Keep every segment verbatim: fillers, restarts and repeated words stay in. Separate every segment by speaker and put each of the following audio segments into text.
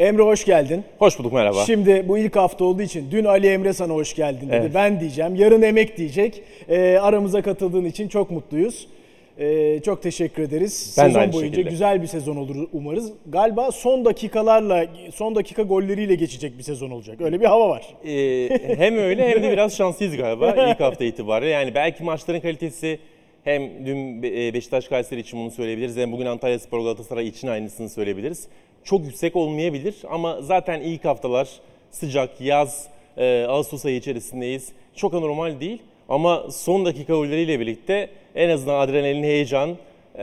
Speaker 1: Emre hoş geldin.
Speaker 2: Hoş bulduk, merhaba.
Speaker 1: Şimdi bu ilk hafta olduğu için dün Ali Emre sana hoş geldin dedi.
Speaker 2: Evet.
Speaker 1: Ben diyeceğim. Yarın Emek diyecek. Ee, aramıza katıldığın için çok mutluyuz. Ee, çok teşekkür ederiz.
Speaker 2: Ben de
Speaker 1: sezon
Speaker 2: aynı
Speaker 1: boyunca
Speaker 2: şekilde.
Speaker 1: güzel bir sezon olur umarız. Galiba son dakikalarla, son dakika golleriyle geçecek bir sezon olacak. Öyle bir hava var.
Speaker 2: Ee, hem öyle hem de biraz şanslıyız galiba ilk hafta itibariyle. Yani belki maçların kalitesi hem dün Be- Beşiktaş Kayseri için bunu söyleyebiliriz hem bugün Antalyaspor Galatasaray için aynısını söyleyebiliriz. Çok yüksek olmayabilir ama zaten ilk haftalar sıcak, yaz, e, Ağustos ayı içerisindeyiz. Çok anormal değil ama son dakika golleriyle birlikte en azından adrenalin, heyecan,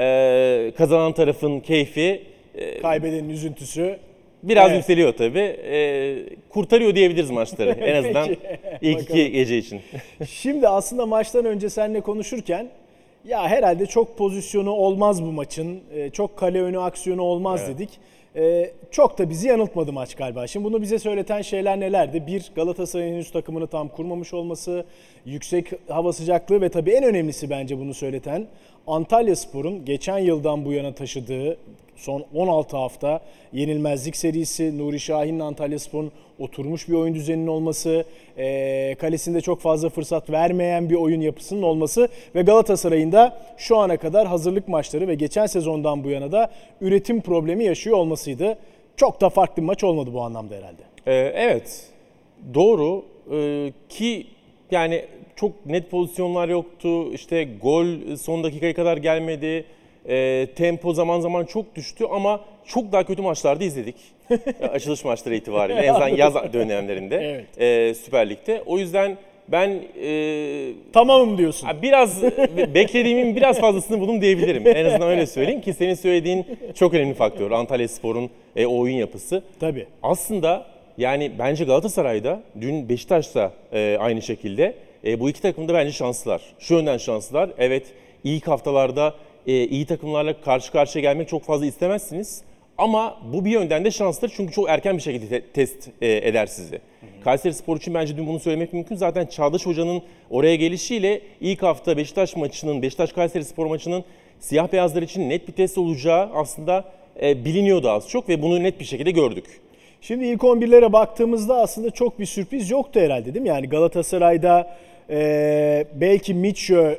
Speaker 2: e, kazanan tarafın keyfi e,
Speaker 1: Kaybedenin üzüntüsü.
Speaker 2: biraz
Speaker 1: Evet.
Speaker 2: yükseliyor tabii. E, kurtarıyor diyebiliriz maçları en azından
Speaker 1: Peki.
Speaker 2: ilk
Speaker 1: Bakalım.
Speaker 2: iki gece için.
Speaker 1: Şimdi aslında maçtan önce seninle konuşurken ya herhalde çok pozisyonu olmaz bu maçın, e, çok kale önü aksiyonu olmaz
Speaker 2: Evet.
Speaker 1: dedik. E, çok da bizi yanıltmadı maç galiba. Şimdi bunu bize söyleten şeyler nelerdi? Bir, Galatasaray'ın henüz takımını tam kurmamış olması, yüksek hava sıcaklığı ve tabii en önemlisi bence bunu söyleten Antalyaspor'un geçen yıldan bu yana taşıdığı son on altı hafta yenilmezlik serisi, Nuri Şahin'le Antalyaspor'un oturmuş bir oyun düzeninin olması, e, kalesinde çok fazla fırsat vermeyen bir oyun yapısının olması ve Galatasaray'ın da şu ana kadar hazırlık maçları ve geçen sezondan bu yana da üretim problemi yaşıyor olmasıydı. Çok da farklı bir maç olmadı bu anlamda herhalde.
Speaker 2: Ee, evet, doğru Ee, ki yani çok net pozisyonlar yoktu. İşte gol son dakikaya kadar gelmedi. Ee, tempo zaman zaman çok düştü ama çok daha kötü maçlarda izledik. Açılış maçları itibariyle en azından yaz dönemlerinde
Speaker 1: Evet.
Speaker 2: e, Süper Lig'de. O yüzden ben e,
Speaker 1: Tamamım diyorsun.
Speaker 2: biraz beklediğimin biraz fazlasını buldum diyebilirim. En azından öyle söyleyeyim ki senin söylediğin çok önemli faktör. Antalyaspor'un e, o oyun yapısı.
Speaker 1: Tabii.
Speaker 2: Aslında yani bence Galatasaray'da, dün Beşiktaş'ta e, aynı şekilde e, bu iki takım da bence şanslılar. Şu yönden şanslılar. Evet, ilk haftalarda e, iyi takımlarla karşı karşıya gelmek çok fazla istemezsiniz. Ama bu bir yönden de şanslıdır çünkü çok erken bir şekilde te- test e, eder sizi. Kayserispor için bence dün bunu söylemek mümkün. Zaten Çağdaş Hoca'nın oraya gelişiyle ilk hafta Beşiktaş maçının, Beşiktaş-Kayserispor maçının siyah beyazlar için net bir test olacağı aslında e, biliniyordu az çok ve bunu net bir şekilde gördük.
Speaker 1: Şimdi ilk on birlere baktığımızda aslında çok bir sürpriz yoktu herhalde değil mi? Yani Galatasaray'da e, belki Mitchell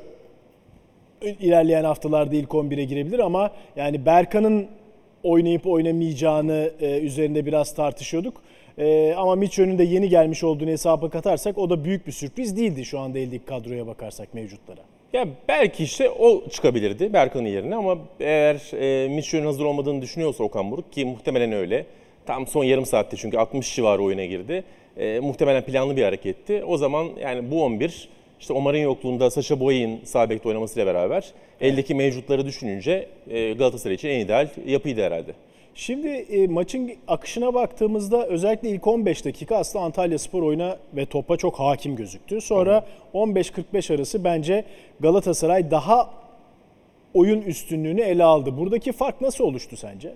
Speaker 1: ilerleyen haftalarda ilk on bire girebilir ama yani Berkan'ın oynayıp oynamayacağını e, üzerinde biraz tartışıyorduk. E, ama Mitchell'ün de yeni gelmiş olduğunu hesaba katarsak o da büyük bir sürpriz değildi şu anda eldeki kadroya bakarsak mevcutlara.
Speaker 2: Ya belki işte o çıkabilirdi Berkan'ın yerine ama eğer e, Mitchell'ün hazır olmadığını düşünüyorsa Okan Buruk ki muhtemelen öyle. Tam son yarım saatte çünkü altmış civarı oyuna girdi. E, muhtemelen planlı bir hareketti. O zaman yani bu on bir işte Omar'ın yokluğunda Sacha Boey'in sağ bekte oynamasıyla beraber eldeki mevcutları düşününce e, Galatasaray için en ideal yapıydı herhalde.
Speaker 1: Şimdi e, maçın akışına baktığımızda özellikle ilk on beş dakika aslında Antalyaspor oyuna ve topa çok hakim gözüktü. Sonra on beş kırk beş arası bence Galatasaray daha oyun üstünlüğünü ele aldı. Buradaki fark nasıl oluştu sence?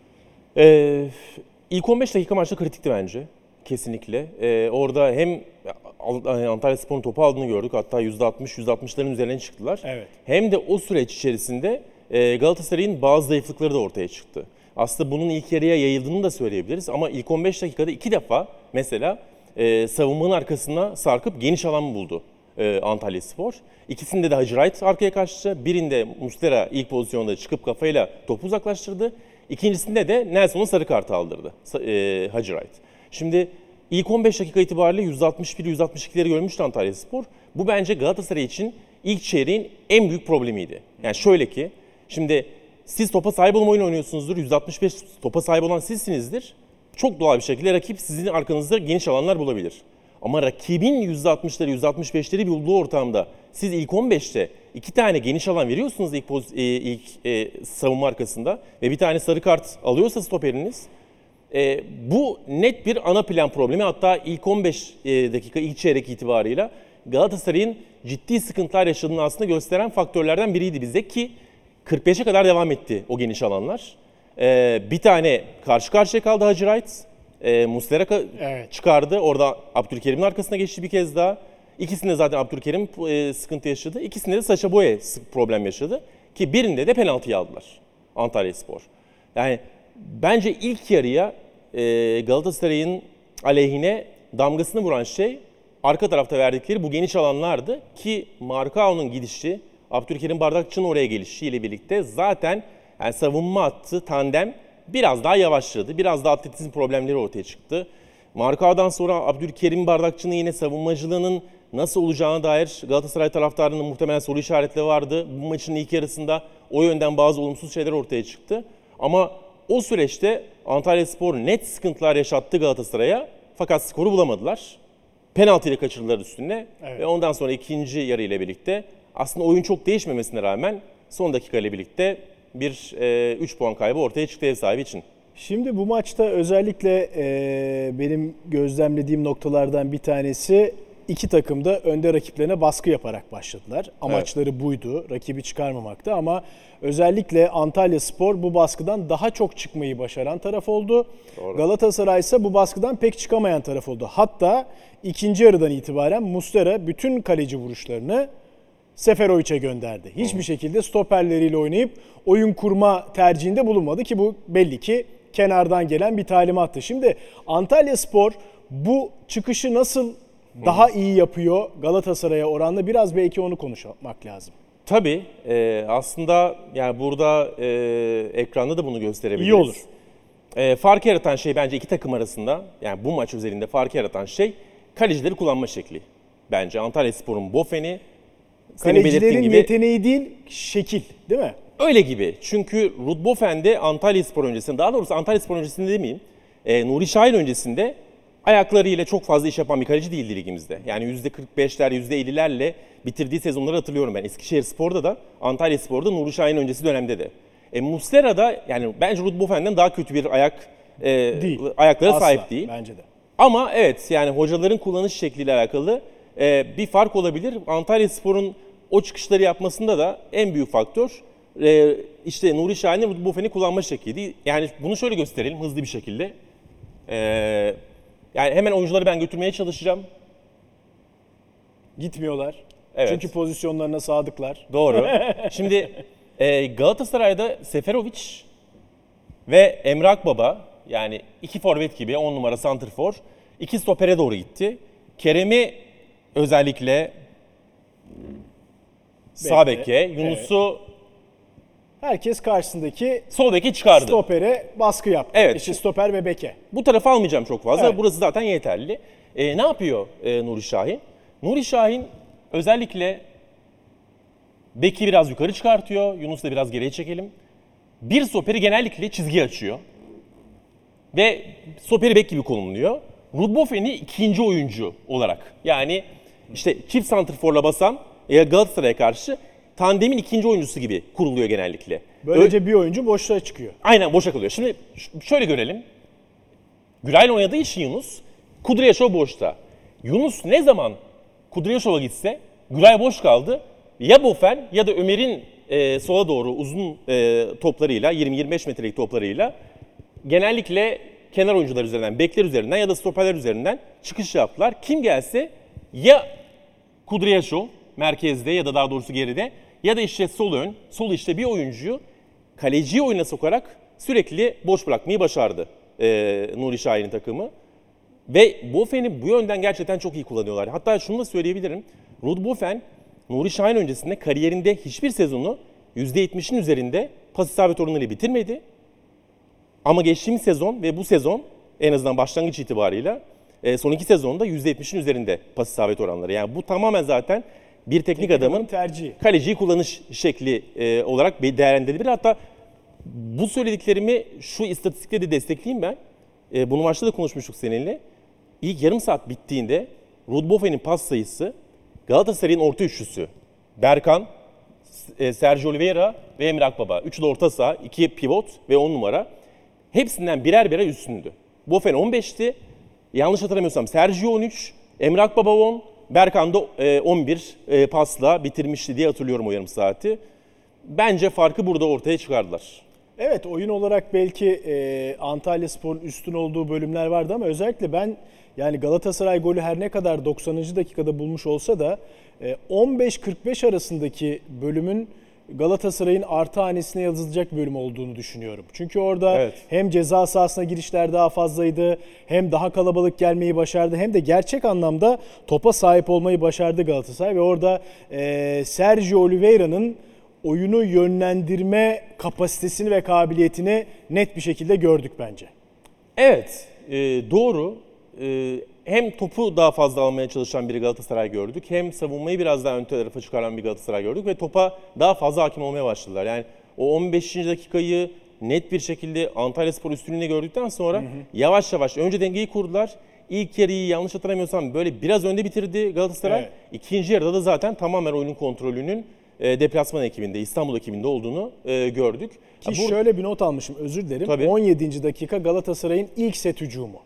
Speaker 2: Ee, ilk on beş dakika maçta kritikti bence. Kesinlikle. Ee, orada hem Antalyaspor'un topu aldığını gördük. Hatta yüzde altmış yüzde altmışların üzerine çıktılar.
Speaker 1: Evet.
Speaker 2: Hem de o süreç içerisinde e, Galatasaray'ın bazı zayıflıkları da ortaya çıktı. Aslında bunun ilk yarıya yayıldığını da söyleyebiliriz. Ama ilk on beş dakikada iki defa mesela e, savunmanın arkasına sarkıp geniş alan buldu e, Antalyaspor. İkisinde de Hacı Wright arkaya kaçtı. Birinde Muslera ilk pozisyonda çıkıp kafayla topu uzaklaştırdı. İkincisinde de Nelson'un sarı kartı aldırdı e, Hacı Wright. Şimdi ilk on beş dakika itibariyle yüzde altmış bir yüzde altmış ikileri görmüştü Antalyaspor. Bu bence Galatasaray için ilk çeyreğin en büyük problemiydi. Yani şöyle ki, şimdi siz topa sahip olma oyunu oynuyorsunuzdur. yüzde altmış beş topa sahip olan sizsinizdir. Çok doğal bir şekilde rakip sizin arkanızda geniş alanlar bulabilir. Ama rakibin yüzde altmışları yüzde altmış beşleri bulduğu ortamda siz ilk on beşte iki tane geniş alan veriyorsunuz ilk, poz, e, ilk e, savunma arkasında ve bir tane sarı kart alıyorsa stoperiniz, e, bu net bir ana plan problemi. Hatta ilk on beş e, dakika ilk çeyrek itibarıyla Galatasaray'ın ciddi sıkıntılar yaşadığını aslında gösteren faktörlerden biriydi bize ki kırk beşe kadar devam etti o geniş alanlar. E, bir tane karşı karşıya kaldı Hacı Wright. E, Muslera
Speaker 1: Evet.
Speaker 2: çıkardı. Orada Abdülkerim'in arkasına geçti bir kez daha. İkisinde zaten Abdülkerim e, sıkıntı yaşadı. İkisinde de Sacha Boey problem yaşadı. Ki birinde de penaltıyı aldılar Antalyaspor. Yani bence ilk yarıya e, Galatasaray'ın aleyhine damgasını vuran şey arka tarafta verdikleri bu geniş alanlardı ki Marcao'nun gidişi, Abdülkerim Bardakçı'nın oraya gelişiyle birlikte zaten yani savunma hattı tandem biraz daha yavaşladı. Biraz daha atletizm problemleri ortaya çıktı. Marcao'dan sonra Abdülkerim Bardakçı'nın yine savunmacılığının nasıl olacağına dair Galatasaray taraftarının muhtemelen soru işaretleri vardı. Bu maçın ilk yarısında o yönden bazı olumsuz şeyler ortaya çıktı. Ama o süreçte Antalyaspor net sıkıntılar yaşattı Galatasaray'a fakat skoru bulamadılar. Penaltıyla kaçırdılar üstüne
Speaker 1: Evet.
Speaker 2: ve ondan sonra ikinci yarı ile birlikte aslında oyun çok değişmemesine rağmen son dakika ile birlikte bir üç puan kaybı ortaya çıktı ev sahibi için.
Speaker 1: Şimdi bu maçta özellikle e, benim gözlemlediğim noktalardan bir tanesi iki takım da önde rakiplerine baskı yaparak başladılar. Amaçları evet. buydu, rakibi çıkarmamaktı ama özellikle Antalyaspor bu baskıdan daha çok çıkmayı başaran taraf oldu. Doğru. Galatasaray ise bu baskıdan pek çıkamayan taraf oldu. Hatta ikinci yarıdan itibaren Muslera bütün kaleci vuruşlarını Seferovic'e gönderdi. Hiçbir hmm. şekilde stoperleriyle oynayıp oyun kurma tercihinde bulunmadı ki bu belli ki kenardan gelen bir talimattı. Şimdi Antalyaspor bu çıkışı nasıl daha iyi yapıyor Galatasaray'a oranla biraz belki onu konuşmak lazım.
Speaker 2: Tabii e, aslında yani burada e, ekranda da bunu gösterebiliriz.
Speaker 1: İyi olur.
Speaker 2: E, fark yaratan şey bence iki takım arasında yani bu maç özelinde fark yaratan şey kalecileri kullanma şekli. Bence Antalyaspor'un Bofen'i
Speaker 1: kalecilerin gibi, yeteneği değil şekil değil mi?
Speaker 2: Öyle gibi. Çünkü Ruud Bofen de Antalyaspor öncesinde daha doğrusu Antalyaspor öncesinde demeyeyim e, Nuri Şahin öncesinde ayaklarıyla çok fazla iş yapan bir kaleci değildi ligimizde. Yani yüzde kırk beşler, yüzde ellilerle bitirdiği sezonları hatırlıyorum ben. Eskişehirspor'da da, Antalyaspor'da, Nuri Şahin öncesi dönemde de. E, Muslera da yani bence Ruud Bofen'den daha kötü bir ayak e,
Speaker 1: değil.
Speaker 2: ayaklara
Speaker 1: Asla,
Speaker 2: sahip değil.
Speaker 1: Bence de.
Speaker 2: Ama evet yani hocaların kullanış şekliyle alakalı e, bir fark olabilir. Antalyaspor'un o çıkışları yapmasında da en büyük faktör e, işte Nuri Şahin'in Ruud Bofen'i kullanma şekliydi. Yani bunu şöyle gösterelim hızlı bir şekilde. Eee Yani hemen oyuncuları ben götürmeye çalışacağım.
Speaker 1: Gitmiyorlar.
Speaker 2: Evet.
Speaker 1: Çünkü pozisyonlarına sadıklar.
Speaker 2: Doğru. Şimdi e, Galatasaray'da Seferovic ve Emre Akbaba yani iki forvet gibi on numara santrfor iki stopere doğru gitti. Kerem'i özellikle sağ beke, Yunus'u evet.
Speaker 1: Herkes karşısındaki
Speaker 2: sol beke çıkardı.
Speaker 1: Stopere baskı yaptı.
Speaker 2: Evet.
Speaker 1: İşte stoper ve beke.
Speaker 2: Bu tarafa almayacağım çok fazla.
Speaker 1: Evet.
Speaker 2: Burası zaten yeterli. E, ne yapıyor e, Nuri Şahin? Nuri Şahin özellikle beki biraz yukarı çıkartıyor. Yunus'u da biraz geriye çekelim. Bir stoperi genellikle çizgi açıyor. Ve stoperi bek gibi konumluyor. Ruud Bofen'i ikinci oyuncu olarak. Yani işte çift santrforla basan Galatasaray'a karşı tandemin ikinci oyuncusu gibi kuruluyor genellikle.
Speaker 1: Böylece Ö- bir oyuncu boşluğa çıkıyor.
Speaker 2: Aynen boşa kalıyor. Şimdi şöyle görelim. Güray'la oynadığı için Yunus, Kudryashov boşta. Yunus ne zaman Kudryashov'a gitse Güray boş kaldı. Ya Bofen ya da Ömer'in e, sola doğru uzun e, toplarıyla, yirmi yirmi beş metrelik toplarıyla genellikle kenar oyuncular üzerinden, bekler üzerinden ya da stoperler üzerinden çıkış yaptılar. Kim gelse ya Kudryashov merkezde ya da daha doğrusu geride ya da işte sol ön, sol işte bir oyuncuyu kaleciyi oyuna sokarak sürekli boş bırakmayı başardı e, Nuri Şahin'in takımı. Ve Bofen'i bu yönden gerçekten çok iyi kullanıyorlar. Hatta şunu da söyleyebilirim. Ruud Bofen, Nuri Şahin öncesinde kariyerinde hiçbir sezonu yüzde yetmişin üzerinde pas isabet oranıyla bitirmedi. Ama geçtiğimiz sezon ve bu sezon en azından başlangıç itibarıyla e, son iki sezonda yüzde yetmişin üzerinde pas isabet oranları. Yani bu tamamen zaten bir teknik, teknik adamın tercihi, kaleciyi kullanış şekli e, olarak değerlendirilebilir. Hatta bu söylediklerimi şu istatistikle de destekleyeyim ben. E, bunu maçta da konuşmuştuk seninle. İlk yarım saat bittiğinde Ruud Bofen'in pas sayısı Galatasaray'ın orta üçlüsü. Berkan, e, Sergio Oliveira ve Emre Akbaba. Üçü de orta saha, iki pivot ve on numara. Hepsinden birer birer üstündü. Bofen on beşti. Yanlış hatırlamıyorsam Sergio on üç, Emre Akbaba on, Berkan da on bir pasla bitirmişti diye hatırlıyorum o yarım saati. Bence farkı burada ortaya çıkardılar.
Speaker 1: Evet, oyun olarak belki e, Antalyaspor'un üstün olduğu bölümler vardı ama özellikle ben yani Galatasaray golü her ne kadar doksanıncı dakikada bulmuş olsa da e, on beş kırk beş arasındaki bölümün Galatasaray'ın artı hanesine yazılacak bir bölüm olduğunu düşünüyorum. Çünkü orada
Speaker 2: Evet.
Speaker 1: hem ceza sahasına girişler daha fazlaydı, hem daha kalabalık gelmeyi başardı, hem de gerçek anlamda topa sahip olmayı başardı Galatasaray. Ve orada e, Sergio Oliveira'nın oyunu yönlendirme kapasitesini ve kabiliyetini net bir şekilde gördük bence.
Speaker 2: Evet, e, doğru. E, hem topu daha fazla almaya çalışan bir Galatasaray gördük, hem savunmayı biraz daha ön tarafa çıkaran bir Galatasaray gördük ve topa daha fazla hakim olmaya başladılar. Yani o on beşinci dakikayı net bir şekilde Antalyaspor üstünlüğünü gördükten sonra hı hı. yavaş yavaş önce dengeyi kurdular. İlk yarıyı yanlış hatırlamıyorsam böyle biraz önde bitirdi Galatasaray. Evet. İkinci yarıda da zaten tamamen oyunun kontrolünün e, deplasman ekibinde, İstanbul ekibinde olduğunu e, gördük.
Speaker 1: Ki
Speaker 2: ya bu...
Speaker 1: şöyle bir not almışım, özür dilerim. Tabii. on yedinci dakika Galatasaray'ın ilk set hücumu.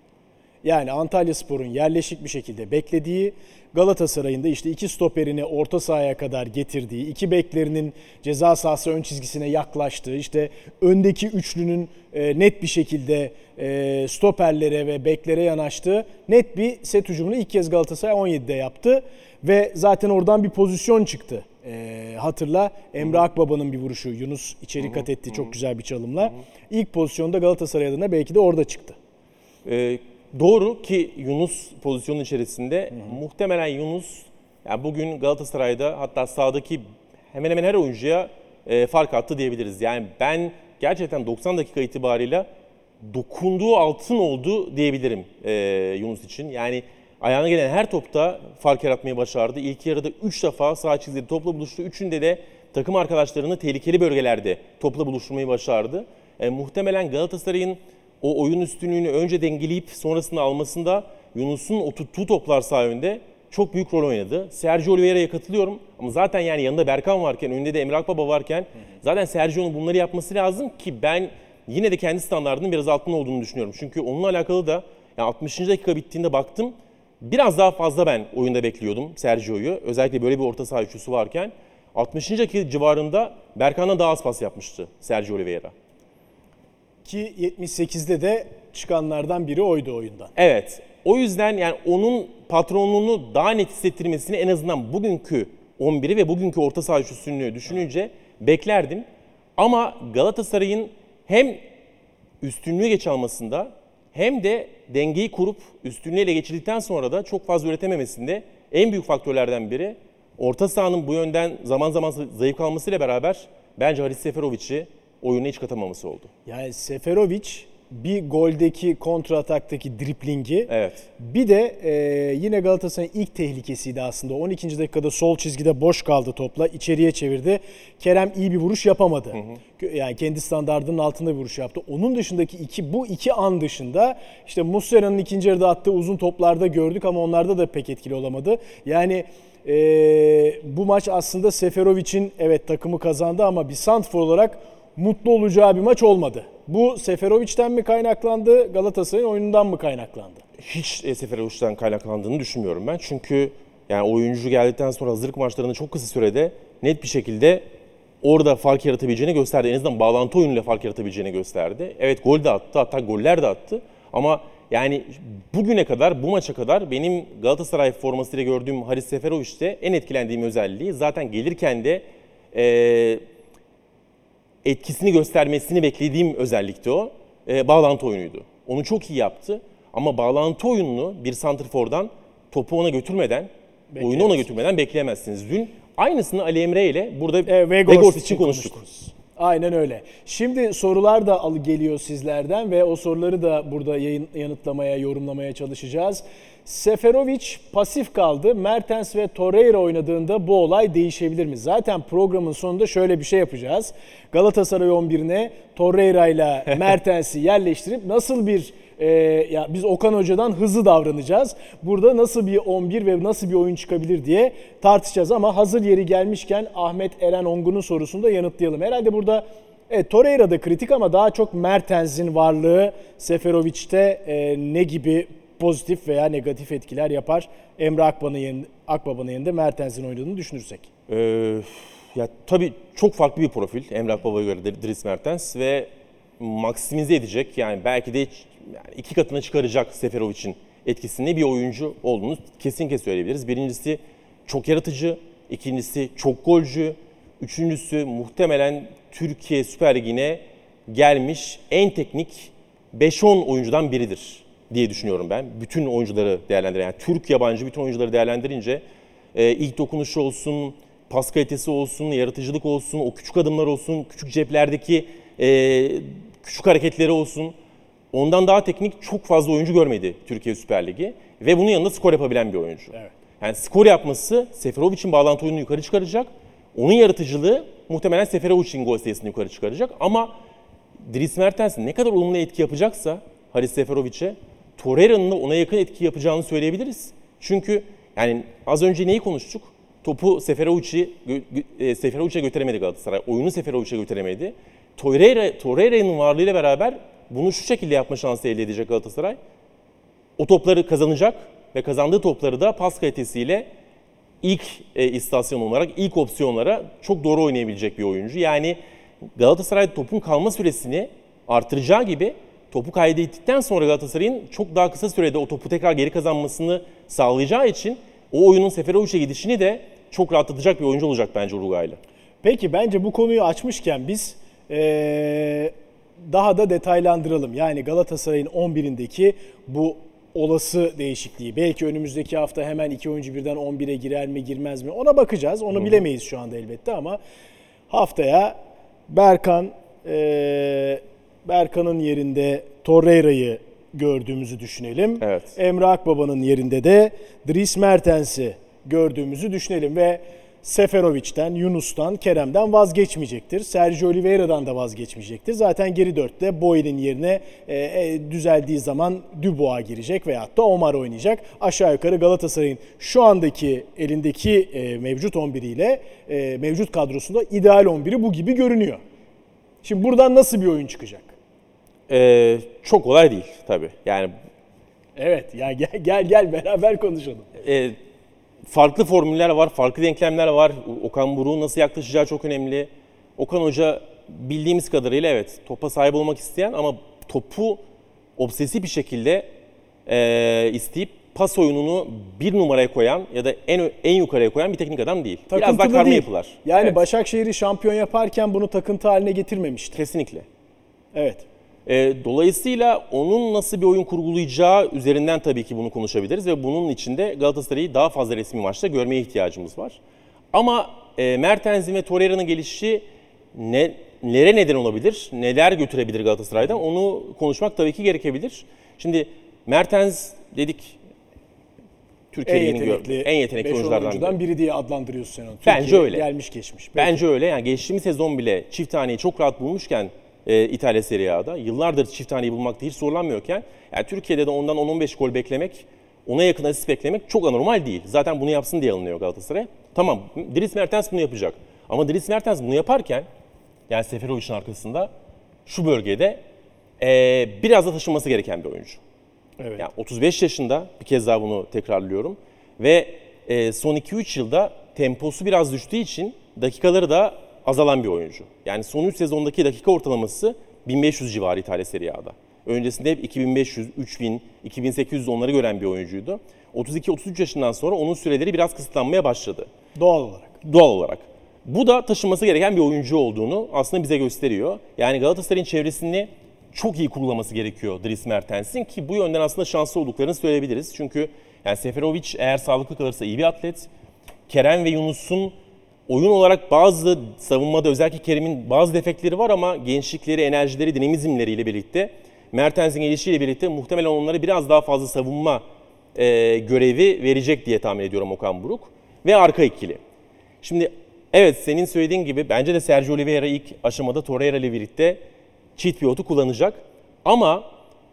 Speaker 1: Yani Antalyaspor'un yerleşik bir şekilde beklediği, Galatasaray'ın da işte iki stoperini orta sahaya kadar getirdiği, iki beklerinin ceza sahası ön çizgisine yaklaştığı, işte öndeki üçlünün net bir şekilde stoperlere ve beklere yanaştığı net bir set hücumunu ilk kez Galatasaray on yedide yaptı. Ve zaten oradan bir pozisyon çıktı. Hatırla, Emre Akbaba'nın bir vuruşu, Yunus içeri kat etti çok güzel bir çalımla. İlk pozisyonda Galatasaray adına belki de orada çıktı.
Speaker 2: Evet. Doğru ki Yunus pozisyonun içerisinde hı hı. muhtemelen Yunus yani bugün Galatasaray'da hatta sahadaki hemen hemen her oyuncuya e, fark attı diyebiliriz. Yani ben gerçekten doksan dakika itibarıyla dokunduğu altın oldu diyebilirim e, Yunus için. Yani ayağına gelen her topta fark yaratmayı başardı. İlk yarıda üç defa sağ çizgide topla buluştu. Üçünde de takım arkadaşlarını tehlikeli bölgelerde topla buluşturmayı başardı. E, muhtemelen Galatasaray'ın o oyun üstünlüğünü önce dengeleyip sonrasında almasında Yunus'un o tuttuğu toplar sağ önde çok büyük rol oynadı. Sergio Oliveira'ya katılıyorum ama zaten yani yanında Berkan varken, önünde de Emre Akbaba varken zaten Sergio'nun bunları yapması lazım ki ben yine de kendi standartının biraz altında olduğunu düşünüyorum. Çünkü onunla alakalı da yani altmışıncı dakika bittiğinde baktım biraz daha fazla ben oyunda bekliyordum Sergio'yu. Özellikle böyle bir orta saha üçlüsü varken altmışıncı dakika civarında Berkan'dan daha az pas yapmıştı Sergio Oliveira.
Speaker 1: Ki yetmiş sekizde de çıkanlardan biri oydu oyundan.
Speaker 2: Evet. O yüzden yani onun patronluğunu daha net hissettirmesini en azından bugünkü on biri ve bugünkü orta saha üstünlüğü düşününce beklerdim. Ama Galatasaray'ın hem üstünlüğü geç almasında hem de dengeyi kurup üstünlüğü ele geçirdikten sonra da çok fazla üretememesinde en büyük faktörlerden biri orta sahanın bu yönden zaman zaman zayıf kalmasıyla beraber bence Haris Seferovic'i oyuna hiç katamaması oldu.
Speaker 1: Yani Seferovic bir goldeki kontra ataktaki driplingi, evet. Bir de e, yine Galatasaray'ın ilk tehlikesiydi aslında. on ikinci dakikada sol çizgide boş kaldı topla, içeriye çevirdi. Kerem iyi bir vuruş yapamadı. Hı hı. Yani kendi standardının altında bir vuruş yaptı. Onun dışındaki iki bu iki an dışında işte Muslera'nın ikinci yarıda attığı uzun toplarda gördük ama onlarda da pek etkili olamadı. Yani e, bu maç aslında Seferovic'in evet takımı kazandı ama bir santrfor olarak mutlu olacağı bir maç olmadı. Bu Seferovic'ten mi kaynaklandı, Galatasaray'ın oyunundan mı kaynaklandı?
Speaker 2: Hiç e, Seferovic'ten kaynaklandığını düşünmüyorum ben. Çünkü yani oyuncu geldikten sonra hazırlık maçlarında çok kısa sürede net bir şekilde orada fark yaratabileceğini gösterdi. En azından bağlantı oyunuyla fark yaratabileceğini gösterdi. Evet gol de attı, hatta goller de attı. Ama yani bugüne kadar, bu maça kadar benim Galatasaray formasıyla gördüğüm Haris Seferovic'te en etkilendiğim özelliği zaten gelirken de Ee, etkisini göstermesini beklediğim özellikti o. E, bağlantı oyunuydu. Onu çok iyi yaptı ama bağlantı oyununu bir santrfordan topu ona götürmeden, oyunu ona götürmeden bekleyemezsiniz. Dün aynısını Ali Emre ile burada e, Vegors için konuştuk. konuştuk.
Speaker 1: Aynen öyle. Şimdi sorular da geliyor sizlerden ve o soruları da burada yayın, yanıtlamaya, yorumlamaya çalışacağız. Seferovic pasif kaldı. Mertens ve Torreira oynadığında bu olay değişebilir mi? Zaten programın sonunda şöyle bir şey yapacağız. Galatasaray on birine Torreira ile Mertens'i yerleştirip nasıl bir e, ya biz Okan Hoca'dan hızlı davranacağız. Burada nasıl bir on bir ve nasıl bir oyun çıkabilir diye tartışacağız ama hazır yeri gelmişken Ahmet Eren Ongun'un sorusunu da yanıtlayalım. Herhalde burada evet, Torreira da kritik ama daha çok Mertens'in varlığı Seferovic'te e, ne gibi pozitif veya negatif etkiler yapar Emre Akbaba'nın yerinde, Akbaba'nın yerinde Mertens'in oynadığını düşünürsek?
Speaker 2: Ee, ya tabii çok farklı bir profil Emre Akbaba'ya göre Dries Mertens ve maksimize edecek yani belki de yani iki katına çıkaracak Seferovic'in etkisinde bir oyuncu olduğunu kesinlikle söyleyebiliriz. Birincisi çok yaratıcı, ikincisi çok golcü, Üçüncüsü muhtemelen Türkiye Süper Ligi'ne gelmiş en teknik beş on oyuncudan biridir diye düşünüyorum ben. Bütün oyuncuları değerlendiren, yani Türk yabancı bütün oyuncuları değerlendirince e, ilk dokunuşu olsun, pas kalitesi olsun, yaratıcılık olsun, o küçük adımlar olsun, küçük ceplerdeki e, küçük hareketleri olsun. Ondan daha teknik çok fazla oyuncu görmedi Türkiye Süper Ligi ve bunun yanında skor yapabilen bir oyuncu.
Speaker 1: Evet.
Speaker 2: Yani skor yapması Seferovic'in bağlantı oyununu yukarı çıkaracak. Onun yaratıcılığı muhtemelen Seferovic'in gol sayısını yukarı çıkaracak. Ama Dries Mertens ne kadar olumlu etki yapacaksa Haris Seferovic'e, Torreira'nın da ona yakın etki yapacağını söyleyebiliriz. Çünkü yani az önce neyi konuştuk? Topu Seferovic'e e, Seferovic'e götüremedi Galatasaray. Oyunu Seferovic'e götüremedi. Torreira, Torreira'nın varlığıyla beraber bunu şu şekilde yapma şansı elde edecek Galatasaray. O topları kazanacak ve kazandığı topları da pas kalitesiyle ilk e, istasyon olarak ilk opsiyonlara çok doğru oynayabilecek bir oyuncu. Yani Galatasaray topun kalma süresini artıracağı gibi topu kaybettikten sonra Galatasaray'ın çok daha kısa sürede o topu tekrar geri kazanmasını sağlayacağı için o oyunun Seferovic'e gidişini de çok rahatlatacak bir oyuncu olacak bence Uruguaylı.
Speaker 1: Peki bence bu konuyu açmışken biz ee, daha da detaylandıralım. Yani Galatasaray'ın on birindeki bu olası değişikliği. Belki önümüzdeki hafta hemen iki oyuncu birden on bire girer mi girmez mi ona bakacağız. Onu Hı-hı. bilemeyiz şu anda elbette ama haftaya Berkan e, Berkan'ın yerinde Torreira'yı gördüğümüzü düşünelim.
Speaker 2: Evet.
Speaker 1: Emre Akbaba'nın yerinde de Dries Mertens'i gördüğümüzü düşünelim ve Seferovic'ten, Yunus'tan, Kerem'den vazgeçmeyecektir. Sergio Oliveira'dan da vazgeçmeyecektir. Zaten geri dörtte Boyen'in yerine e, e, düzeldiği zaman Dubois girecek veyahut da Omar oynayacak. Aşağı yukarı Galatasaray'ın şu andaki elindeki e, mevcut on biriyle e, mevcut kadrosunda ideal on biri bu gibi görünüyor. Şimdi buradan nasıl bir oyun çıkacak?
Speaker 2: Ee, çok kolay değil tabii. Yani
Speaker 1: evet, ya gel gel gel beraber konuşalım.
Speaker 2: E, farklı formüller var, farklı denklemler var. Okan Buruk'un nasıl yaklaşacağı çok önemli. Okan Hoca bildiğimiz kadarıyla evet topa sahip olmak isteyen ama topu obsesif bir şekilde e, isteyip pas oyununu bir numaraya koyan ya da en en yukarıya koyan bir teknik adam değil.
Speaker 1: Takıntılı
Speaker 2: Biraz daha karma
Speaker 1: değil.
Speaker 2: yapılar.
Speaker 1: Yani
Speaker 2: evet.
Speaker 1: Başakşehir'i şampiyon yaparken bunu takıntı haline getirmemişti.
Speaker 2: Kesinlikle.
Speaker 1: Evet.
Speaker 2: E, dolayısıyla onun nasıl bir oyun kurgulayacağı üzerinden tabii ki bunu konuşabiliriz ve bunun içinde Galatasaray'ı daha fazla resmi maçta görmeye ihtiyacımız var. Ama e, Mertens'in ve Torreira'nın gelişi ne, nelere neden olabilir, neler götürebilir Galatasaray'dan onu konuşmak tabii ki gerekebilir. Şimdi Mertens dedik Türkiye
Speaker 1: en
Speaker 2: Ligi'nin
Speaker 1: yetenekli,
Speaker 2: en yetenekli oyunculardan biri.
Speaker 1: biri diye adlandırıyorsun sen onu.
Speaker 2: Bence
Speaker 1: Türkiye
Speaker 2: öyle.
Speaker 1: Gelmiş geçmiş. Belki.
Speaker 2: Bence öyle. Yani geçtiğimiz sezon bile çift taneyi çok rahat bulmuşken e, İtalya Serie A'da yıllardır çift taneyi bulmakta hiç zorlanmıyorken yani Türkiye'de de ondan on on beş gol beklemek, ona yakın asist beklemek çok anormal değil. Zaten bunu yapsın diye alınıyor Galatasaray. Tamam, Dries Mertens bunu yapacak. Ama Dries Mertens bunu yaparken yani Seferovic'in arkasında şu bölgede e, biraz da taşınması gereken bir oyuncu.
Speaker 1: Evet.
Speaker 2: Yani otuz beş yaşında, bir kez daha bunu tekrarlıyorum. Ve e, son iki üç yılda temposu biraz düştüğü için dakikaları da azalan bir oyuncu. Yani son üç sezondaki dakika ortalaması bin beş yüz civarı İtalya Serie A'da. Öncesinde hep iki bin beş yüz, üç bin, iki bin sekiz yüz onları gören bir oyuncuydu. otuz iki otuz üç yaşından sonra onun süreleri biraz kısıtlanmaya başladı.
Speaker 1: Doğal olarak.
Speaker 2: Doğal olarak. Bu da taşınması gereken bir oyuncu olduğunu aslında bize gösteriyor. Yani Galatasaray'ın çevresini çok iyi kurulaması gerekiyor Dries Mertens'in ki bu yönden aslında şanslı olduklarını söyleyebiliriz. Çünkü yani Seferovic eğer sağlıklı kalırsa iyi bir atlet. Kerem ve Yunus'un oyun olarak bazı savunmada özellikle Kerem'in bazı defekleri var ama gençlikleri, enerjileri, dinamizmleriyle birlikte Mertens'in gelişiyle birlikte muhtemelen onlara biraz daha fazla savunma e, görevi verecek diye tahmin ediyorum Okan Buruk. Ve arka ikili. Şimdi evet senin söylediğin gibi bence de Sergio Oliveira ilk aşamada Torreira ile birlikte cheat pivotu kullanacak. Ama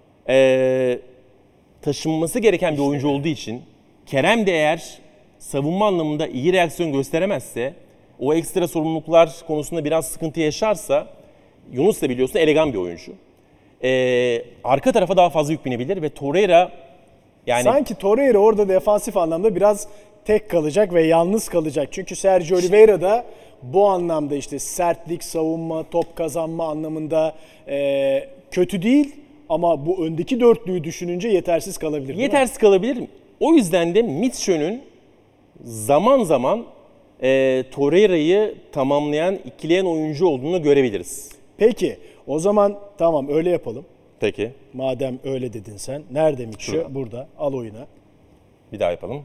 Speaker 2: e, taşınması gereken bir oyuncu olduğu için Kerem de eğer savunma anlamında iyi reaksiyon gösteremezse, o ekstra sorumluluklar konusunda biraz sıkıntı yaşarsa, Yunus da biliyorsun elegan bir oyuncu. Ee, arka tarafa daha fazla yük binebilir ve Torreira yani...
Speaker 1: Sanki Torreira orada defansif anlamda biraz tek kalacak ve yalnız kalacak. Çünkü Sergio Oliveira da bu anlamda işte sertlik, savunma, top kazanma anlamında e, kötü değil. Ama bu öndeki dörtlüyü düşününce yetersiz kalabilir.
Speaker 2: Yetersiz kalabilir. O yüzden de Mitchell'ün zaman zaman e, Torreira'yı tamamlayan, ikileyen oyuncu olduğunu görebiliriz.
Speaker 1: Peki o zaman tamam öyle yapalım.
Speaker 2: Peki.
Speaker 1: Madem öyle dedin sen. Nerede Mitchell?
Speaker 2: Şurada.
Speaker 1: Burada. Al oyuna.
Speaker 2: Bir daha yapalım.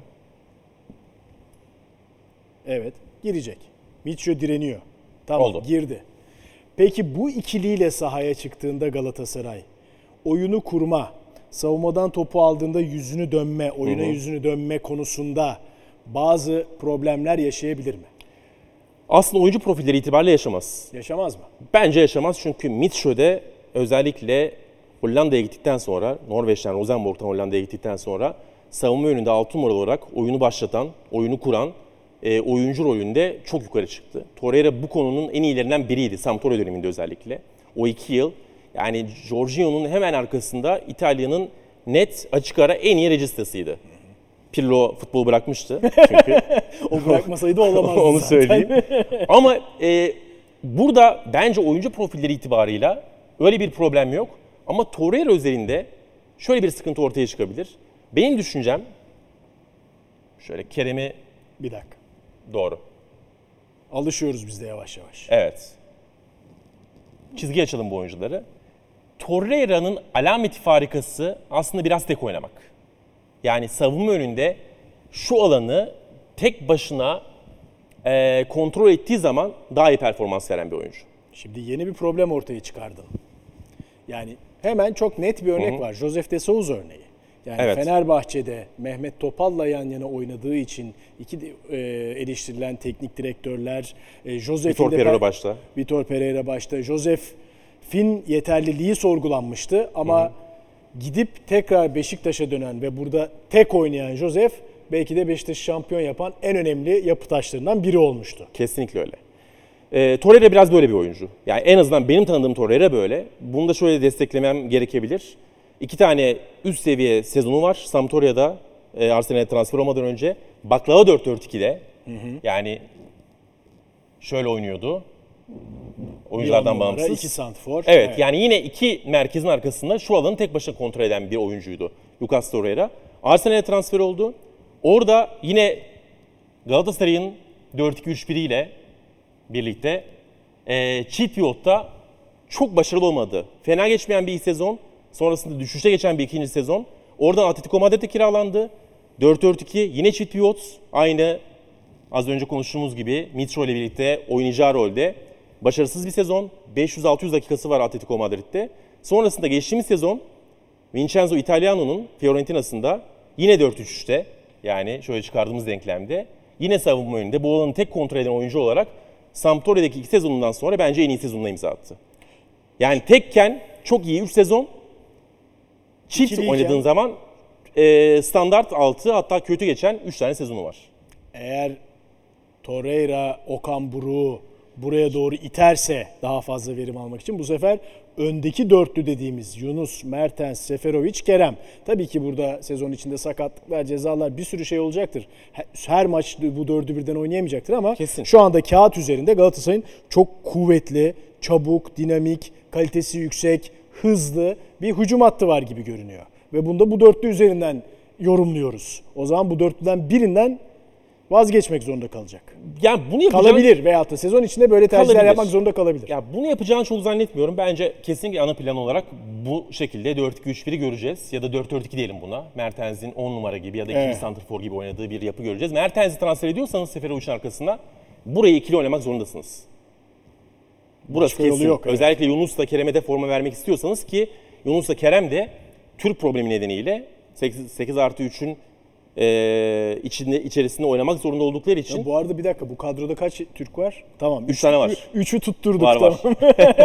Speaker 1: Evet. Girecek. Mitchell direniyor. Tamam
Speaker 2: Oldu.
Speaker 1: girdi. Peki bu ikiliyle sahaya çıktığında Galatasaray oyunu kurma, savunmadan topu aldığında yüzünü dönme, oyuna
Speaker 2: Hı hı.
Speaker 1: yüzünü dönme konusunda bazı problemler yaşayabilir mi?
Speaker 2: Aslında oyuncu profilleri itibariyle yaşamaz.
Speaker 1: Yaşamaz mı?
Speaker 2: Bence yaşamaz çünkü Mitchell'de özellikle Hollanda'ya gittikten sonra, Norveç'ten, Rosenborg'dan Hollanda'ya gittikten sonra savunma yönünde altı numaralı olarak oyunu başlatan, oyunu kuran e, oyuncu rolünde çok yukarı çıktı. Torreira bu konunun en iyilerinden biriydi Sampdoria döneminde özellikle. O iki yıl yani Jorginho'nun hemen arkasında İtalya'nın net açık ara en iyi registasıydı. Pirlo futbolu bırakmıştı çünkü.
Speaker 1: O bırakmasaydı olamazdı
Speaker 2: Onu
Speaker 1: zaten.
Speaker 2: söyleyeyim. Ama e, burada bence oyuncu profilleri itibarıyla öyle bir problem yok. Ama Torreira özelinde şöyle bir sıkıntı ortaya çıkabilir. Benim düşüncem, şöyle Kerem'i
Speaker 1: Bir dakika.
Speaker 2: doğru.
Speaker 1: Alışıyoruz biz de yavaş yavaş.
Speaker 2: Evet. Çizgi açalım bu oyuncuları. Torreira'nın alameti farikası aslında biraz tek oynamak. Yani savunma önünde şu alanı tek başına e, kontrol ettiği zaman daha iyi performans veren bir oyuncu.
Speaker 1: Şimdi yeni bir problem ortaya çıkardın. Yani hemen çok net bir örnek
Speaker 2: Hı hı.
Speaker 1: var. Josef de Souza örneği. Yani
Speaker 2: Evet.
Speaker 1: Fenerbahçe'de Mehmet Topal'la yan yana oynadığı için iki de, e, eleştirilen teknik direktörler, e, Josef'in
Speaker 2: Vitor
Speaker 1: de
Speaker 2: Pereira
Speaker 1: ben-
Speaker 2: başta.
Speaker 1: Vitor Pereira başta. Josef'in yeterliliği sorgulanmıştı ama
Speaker 2: Hı hı.
Speaker 1: gidip tekrar Beşiktaş'a dönen ve burada tek oynayan Josef belki de Beşiktaş'ı şampiyon yapan en önemli yapı taşlarından biri olmuştu.
Speaker 2: Kesinlikle öyle. E, Torreira biraz böyle bir oyuncu. Yani en azından benim tanıdığım Torreira böyle. Bunu da şöyle desteklemem gerekebilir. İki tane üst seviye sezonu var Sampdoria'da e, Arsenal'e transfer olmadan önce. Baklava dört dört iki'de yani şöyle oynuyordu. Oyunculardan
Speaker 1: Bir on numara,
Speaker 2: bağımsız.
Speaker 1: iki santfor.
Speaker 2: Evet, yani yine iki merkezin arkasında şu alanı tek başına kontrol eden bir oyuncuydu Lucas Torreira. Arsenal'e transfer oldu. Orada yine Galatasaray'ın dört iki üç bir ile birlikte e, çift pivotta çok başarılı olmadı. Fena geçmeyen bir ilk sezon, sonrasında düşüşte geçen bir ikinci sezon. Oradan Atletico Madrid'e kiralandı. dört dört iki yine çift pivot. Aynı az önce konuştuğumuz gibi Mitro ile birlikte oynayacağı rolde. Başarısız bir sezon. beş yüz altı yüz dakikası var Atletico Madrid'de. Sonrasında geçtiğimiz sezon Vincenzo Italiano'nun Fiorentina'sında yine dört üç üç'te yani şöyle çıkardığımız denklemde yine savunma önünde bu alanı tek kontrol eden oyuncu olarak Sampdoria'daki iki sezonundan sonra bence en iyi sezonuna imza attı. Yani tekken çok iyi üç sezon, çift
Speaker 1: İkiliyken-
Speaker 2: oynadığın zaman e, standart altı hatta kötü geçen üç tane sezonu var.
Speaker 1: Eğer Torreira, Okan Buruk'u buraya doğru iterse daha fazla verim almak için bu sefer öndeki dörtlü dediğimiz Yunus, Mertens, Seferovic, Kerem. Tabii ki burada sezon içinde sakatlıklar, cezalar bir sürü şey olacaktır. Her maç bu dördü birden oynayamayacaktır ama
Speaker 2: Kesin.
Speaker 1: şu anda kağıt üzerinde Galatasaray'ın çok kuvvetli, çabuk, dinamik, kalitesi yüksek, hızlı bir hücum hattı var gibi görünüyor. Ve bunda bu dörtlü üzerinden yorumluyoruz. O zaman bu dörtlüden birinden vazgeçmek zorunda kalacak.
Speaker 2: Yani bunu yapacağını,
Speaker 1: Kalabilir veyahut da sezon içinde böyle tercihler
Speaker 2: Kalabilir.
Speaker 1: yapmak zorunda kalabilir.
Speaker 2: ya bunu yapacağını çok zannetmiyorum. Bence kesinlikle ana plan olarak bu şekilde dört iki üç bir'i göreceğiz. Ya da dört dört iki diyelim buna. Mertens'in on numara gibi ya da ikinci
Speaker 1: Evet.
Speaker 2: santrfor gibi oynadığı bir yapı göreceğiz. Mertens'i transfer ediyorsanız Seferovic'in arkasına burayı ikili oynamak zorundasınız. Burası
Speaker 1: Başka yolu
Speaker 2: kesin.
Speaker 1: yok, evet.
Speaker 2: Özellikle Yunus'la Kerem'e de forma vermek istiyorsanız ki Yunus'la Kerem de Türk problemi nedeniyle sekiz artı üçün e, içinde içerisinde oynamak zorunda oldukları için
Speaker 1: Ya bu arada bir dakika bu kadroda kaç Türk var? Tamam.
Speaker 2: Üç tane var.
Speaker 1: ü- Üçü tutturduk
Speaker 2: var var.
Speaker 1: tamam.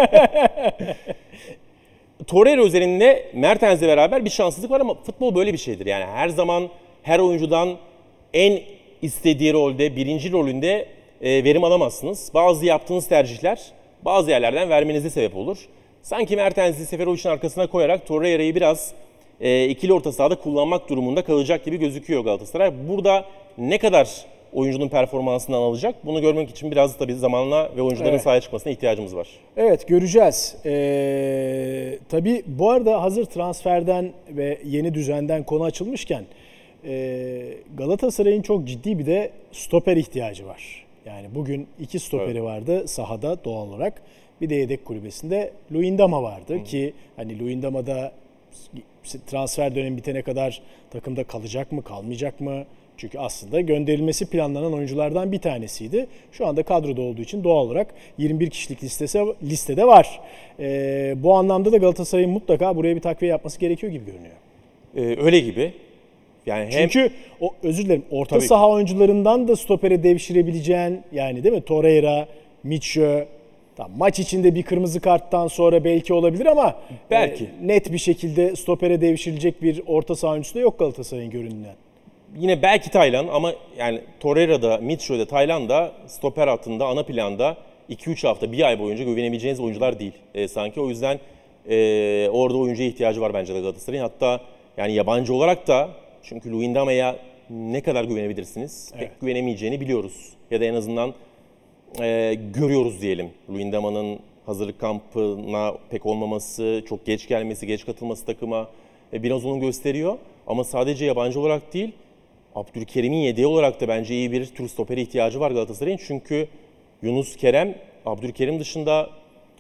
Speaker 2: Torreira üzerinde Mertens'le beraber bir şanssızlık var ama futbol böyle bir şeydir. Yani her zaman her oyuncudan en istediği rolde, birinci rolünde e, verim alamazsınız. Bazı yaptığınız tercihler bazı yerlerden vermenize sebep olur. Sanki Mertens'i Seferovic'in arkasına koyarak Torreira'yı biraz e, ikili orta sahada kullanmak durumunda kalacak gibi gözüküyor Galatasaray. Burada ne kadar oyuncunun performansından alacak bunu görmek için biraz tabii zamanla ve oyuncuların
Speaker 1: Evet.
Speaker 2: sahaya çıkmasına ihtiyacımız var.
Speaker 1: Evet göreceğiz. Ee, tabii bu arada hazır transferden ve yeni düzenden konu açılmışken e, Galatasaray'ın çok ciddi bir de stoper ihtiyacı var. Yani bugün iki stoperi evet. vardı sahada doğal olarak. Bir de yedek kulübesinde Luyendama vardı Hı. ki hani Luyendama da transfer dönemi bitene kadar takımda kalacak mı, kalmayacak mı? Çünkü aslında gönderilmesi planlanan oyunculardan bir tanesiydi. Şu anda kadroda olduğu için doğal olarak yirmi bir kişilik listesi, listede var. Ee, bu anlamda da Galatasaray'ın mutlaka buraya bir takviye yapması gerekiyor gibi görünüyor.
Speaker 2: Ee, öyle gibi. Yani hem...
Speaker 1: Çünkü o, özür dilerim orta Tabii saha ki. oyuncularından da stopere devşirebileceğin yani değil mi? Torreira, Mitchell, tam maç içinde bir kırmızı karttan sonra belki olabilir ama
Speaker 2: belki
Speaker 1: e, net bir şekilde stopere devşirilecek bir orta saha oyuncusu da yok Galatasaray'ın görünümünden.
Speaker 2: Yine belki Taylan ama yani Torreira'da, Mitchell'de, Taylan'da stoper hattında ana planda iki üç hafta, bir ay boyunca güvenebileceğiniz oyuncular değil e, sanki. O yüzden e, orada oyuncuya ihtiyacı var bence de Galatasaray'ın. Hatta yani yabancı olarak da çünkü Luyendama'ya ne kadar güvenebilirsiniz? Evet. Pek güvenemeyeceğini biliyoruz. Ya da en azından e, görüyoruz diyelim. Luyendama'nın hazırlık kampına pek olmaması, çok geç gelmesi, geç katılması takıma e, biraz onu gösteriyor. Ama sadece yabancı olarak değil, Abdülkerim'in yedeği olarak da bence iyi bir Türk stopere ihtiyacı var Galatasaray'ın. Çünkü Yunus, Kerem, Abdülkerim dışında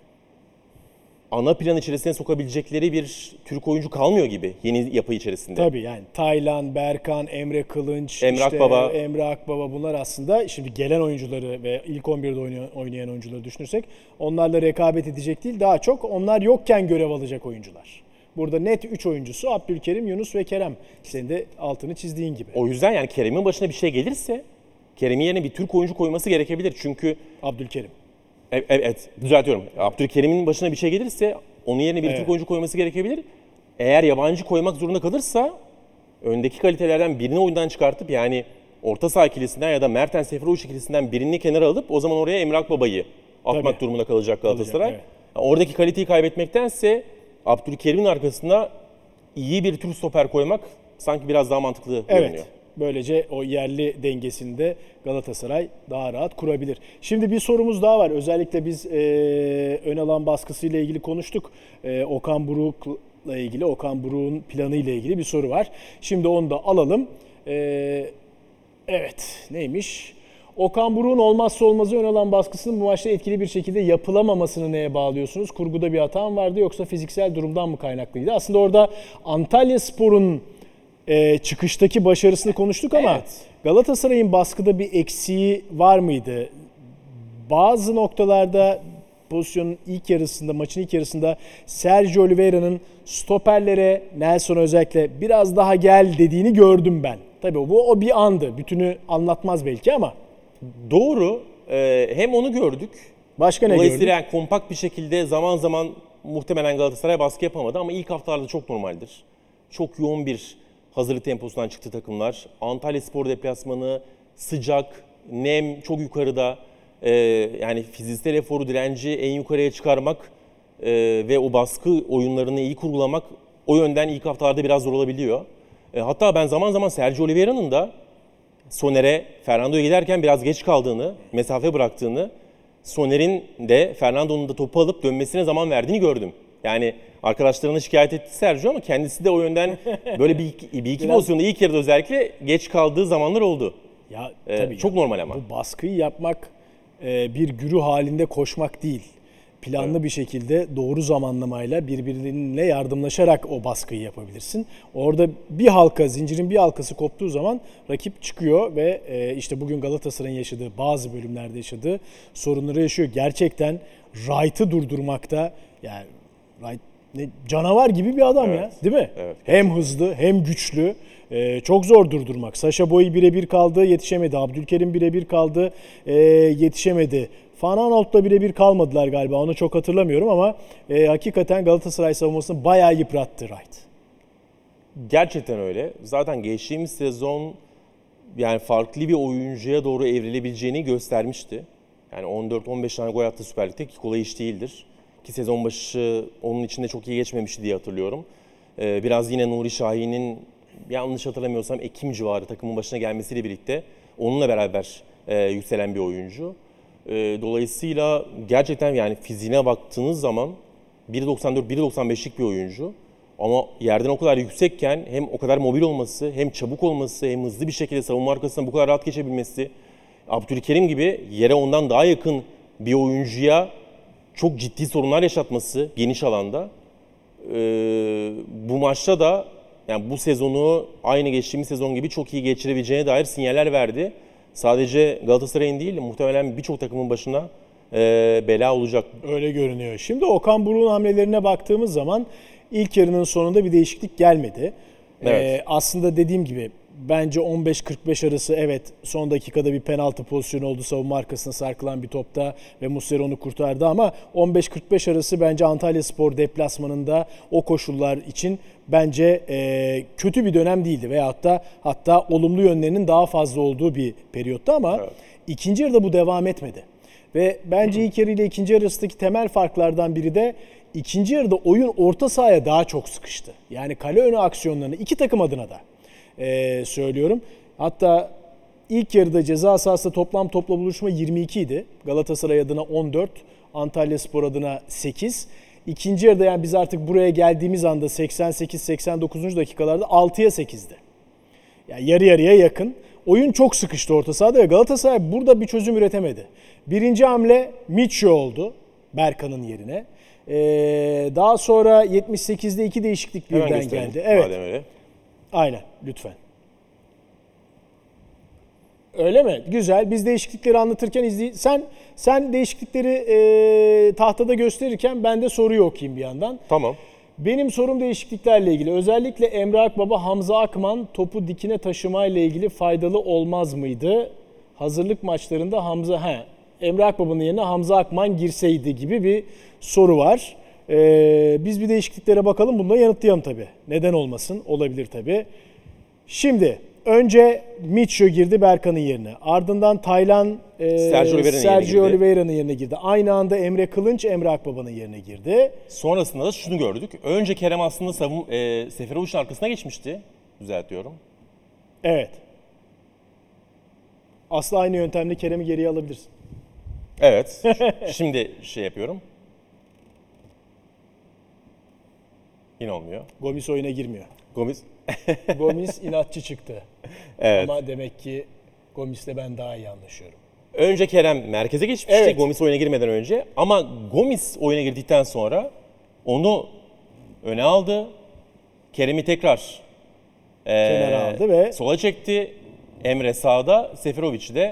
Speaker 2: ana plan içerisine sokabilecekleri bir Türk oyuncu kalmıyor gibi yeni yapı içerisinde.
Speaker 1: Tabii yani Taylan, Berkan, Emre Kılınç,
Speaker 2: Emre
Speaker 1: işte
Speaker 2: Akbaba.
Speaker 1: Emre Akbaba bunlar aslında şimdi gelen oyuncuları ve ilk on birde oynayan, oynayan oyuncuları düşünürsek onlarla rekabet edecek değil, daha çok onlar yokken görev alacak oyuncular. Burada net üç oyuncusu Abdülkerim, Yunus ve Kerem. Senin de altını çizdiğin gibi.
Speaker 2: O yüzden yani Kerem'in başına bir şey gelirse Kerem'in yerine bir Türk oyuncu koyması gerekebilir. Çünkü
Speaker 1: Abdülkerim.
Speaker 2: Evet, evet düzeltiyorum. Abdülkerim'in başına bir şey gelirse onun yerine bir evet. Türk oyuncu koyması gerekebilir. Eğer yabancı koymak zorunda kalırsa öndeki kalitelerden birini oyundan çıkartıp yani orta saha ikilisinden ya da Mertens Seferovic ikilisinden birini kenara alıp o zaman oraya Emre Akbaba'yı atmak Tabii. durumunda kalacak Galatasaray. Kalacak, evet. Oradaki kaliteyi kaybetmektense Abdülkerim'in arkasına iyi bir Türk stoper koymak sanki biraz daha mantıklı
Speaker 1: evet.
Speaker 2: görünüyor.
Speaker 1: Böylece o yerli dengesinde Galatasaray daha rahat kurabilir. Şimdi bir sorumuz daha var. Özellikle biz e, ön alan baskısıyla ilgili konuştuk. E, Okan Buruk'la ilgili, Okan Buruk'un planı ile ilgili bir soru var. Şimdi onu da alalım. E, evet, neymiş? Okan Buruk'un olmazsa olmazı ön alan baskısının bu maçta etkili bir şekilde yapılamamasını neye bağlıyorsunuz? Kurguda bir hata mı vardı yoksa fiziksel durumdan mı kaynaklıydı? Aslında orada Antalyaspor'un e, çıkıştaki başarısını konuştuk ama evet. Galatasaray'ın baskıda bir eksiği var mıydı? Bazı noktalarda pozisyonun ilk yarısında, maçın ilk yarısında Sergio Oliveira'nın stoperlere, Nelson'a özellikle biraz daha gel dediğini gördüm ben. Tabii bu o bir andı. Bütünü anlatmaz belki ama.
Speaker 2: Doğru. Ee, hem onu gördük.
Speaker 1: Başka ne gördük?
Speaker 2: Dolayısıyla yani kompakt bir şekilde zaman zaman muhtemelen Galatasaray baskı yapamadı ama ilk haftalarda çok normaldir. Çok yoğun bir hazırlık temposundan çıktı takımlar. Antalyaspor deplasmanı, sıcak, nem çok yukarıda. Ee, yani fiziksel eforu, direnci en yukarıya çıkarmak e, ve o baskı oyunlarını iyi kurgulamak o yönden ilk haftalarda biraz zor olabiliyor. E, hatta ben zaman zaman Sergio Oliveira'nın da Soner'e, Fernando'ya giderken biraz geç kaldığını, mesafe bıraktığını, Soner'in de Fernando'nun da topu alıp dönmesine zaman verdiğini gördüm. Yani arkadaşlarına şikayet etti Sergio ama kendisi de o yönden böyle bir iki, bir iki biraz... pozisyonda ilk yarıda özellikle geç kaldığı zamanlar oldu.
Speaker 1: Ya
Speaker 2: ee,
Speaker 1: tabii
Speaker 2: çok
Speaker 1: ya,
Speaker 2: normal ama.
Speaker 1: Bu baskıyı yapmak e, bir güruh halinde koşmak değil. Planlı evet. bir şekilde doğru zamanlamayla birbirlerinle yardımlaşarak o baskıyı yapabilirsin. Orada bir halka, zincirin bir halkası koptuğu zaman rakip çıkıyor ve e, işte bugün Galatasaray'ın yaşadığı, bazı bölümlerde yaşadığı sorunları yaşıyor. Gerçekten Wright'ı durdurmakta yani Wright ne, canavar gibi bir adam evet. ya, değil mi?
Speaker 2: Evet.
Speaker 1: Hem hızlı hem güçlü. Ee, çok zor durdurmak. Sacha Boey birebir kaldı, yetişemedi. Abdülkerim birebir kaldı, e, yetişemedi. Van Aanholt'la birebir kalmadılar galiba. Onu çok hatırlamıyorum ama e, hakikaten Galatasaray savunmasını bayağı yıprattı Wright.
Speaker 2: Gerçekten öyle. Zaten geçtiğimiz sezon yani farklı bir oyuncuya doğru evrilebileceğini göstermişti. Yani on dört on beş tane gol attı Süper Lig'de ki kolay iş değildir. Ki sezon başı onun içinde çok iyi geçmemişti diye hatırlıyorum. Ee, biraz yine Nuri Şahin'in yanlış hatırlamıyorsam Ekim civarı takımın başına gelmesiyle birlikte onunla beraber e, yükselen bir oyuncu. E, dolayısıyla gerçekten yani fiziğine baktığınız zaman bir doksan dört bir doksan beşlik bir oyuncu. Ama yerden o kadar yüksekken hem o kadar mobil olması, hem çabuk olması, hem hızlı bir şekilde savunma arkasına bu kadar rahat geçebilmesi. Abdülkerim gibi yere ondan daha yakın bir oyuncuya çok ciddi sorunlar yaşatması geniş alanda. Ee, bu maçta da yani bu sezonu aynı geçtiğimiz sezon gibi çok iyi geçirebileceğine dair sinyaller verdi. Sadece Galatasaray'ın değil, muhtemelen birçok takımın başına e, bela olacak.
Speaker 1: Öyle görünüyor. Şimdi Okan Buruk'un hamlelerine baktığımız zaman ilk yarının sonunda bir değişiklik gelmedi.
Speaker 2: Evet.
Speaker 1: Ee, aslında dediğim gibi bence on beş kırk beş arası evet son dakikada bir penaltı pozisyonu oldu savunma arkasına sarkılan bir topta ve Muslera onu kurtardı ama on beş kırk beş arası bence Antalyaspor deplasmanında o koşullar için bence e, kötü bir dönem değildi veyahut da hatta olumlu yönlerinin daha fazla olduğu bir periyotta ama
Speaker 2: Evet.
Speaker 1: ikinci yarıda bu devam etmedi. Ve bence ilk yarı ile ikinci yarı arasındaki temel farklardan biri de ikinci yarıda oyun orta sahaya daha çok sıkıştı. Yani kale önü aksiyonlarını iki takım adına da e, söylüyorum. Hatta ilk yarıda ceza sahasında toplam topla buluşma yirmi iki idi. Galatasaray adına on dört, Antalyaspor adına sekiz. İkinci yarıda yani biz artık buraya geldiğimiz anda seksen sekiz seksen dokuzuncu dakikalarda altıya sekizdi. Yani yarı yarıya yakın. Oyun çok sıkıştı orta sahada ve Galatasaray burada bir çözüm üretemedi. Birinci hamle Mitchell oldu Berkan'ın yerine. Ee, daha sonra yetmiş sekizde iki değişiklik
Speaker 2: Hemen
Speaker 1: birden
Speaker 2: gösterelim,
Speaker 1: geldi. Evet.
Speaker 2: madem öyle.
Speaker 1: Aynen lütfen. Öyle mi? Güzel. Biz değişiklikleri anlatırken izley. Sen sen değişiklikleri e, tahtada gösterirken ben de soruyu okuyayım bir yandan.
Speaker 2: Tamam.
Speaker 1: Benim sorum değişikliklerle ilgili. Özellikle Emre Akbaba, Hamza Akman topu dikine taşımayla ilgili faydalı olmaz mıydı? Hazırlık maçlarında Hamza he, Emre Akbaba'nın yerine Hamza Akman girseydi gibi bir soru var. Ee, biz bir değişikliklere bakalım. Bunu da yanıtlayalım tabii. Neden olmasın? Olabilir tabii. Şimdi önce Mitchell girdi Berkan'ın yerine. Ardından Taylan e,
Speaker 2: Sergio Oliveira'nın yerine
Speaker 1: Sergio
Speaker 2: girdi.
Speaker 1: Oliveira'nın yerine girdi. Aynı anda Emre Kılınç Emre Akbaba'nın yerine girdi.
Speaker 2: Sonrasında da şunu gördük. Önce Kerem aslında savun, e, Seferovic'in arkasına geçmişti. Düzeltiyorum.
Speaker 1: Evet. Aslında aynı yöntemle Kerem'i geriye alabilirsin.
Speaker 2: Evet. Şimdi şey yapıyorum. Yine olmuyor.
Speaker 1: Gomis oyuna girmiyor.
Speaker 2: Gomis.
Speaker 1: Gomis inatçı çıktı.
Speaker 2: Evet.
Speaker 1: Ama demek ki Gomis'le ben daha iyi anlaşıyorum.
Speaker 2: Önce Kerem merkeze geçmişti
Speaker 1: Evet.
Speaker 2: Gomis oyuna girmeden önce. Ama Gomis oyuna girdikten sonra onu öne aldı. Kerem'i tekrar e,
Speaker 1: Kenara aldı ve-
Speaker 2: sola çekti. Emre sağda, Seferovic'i de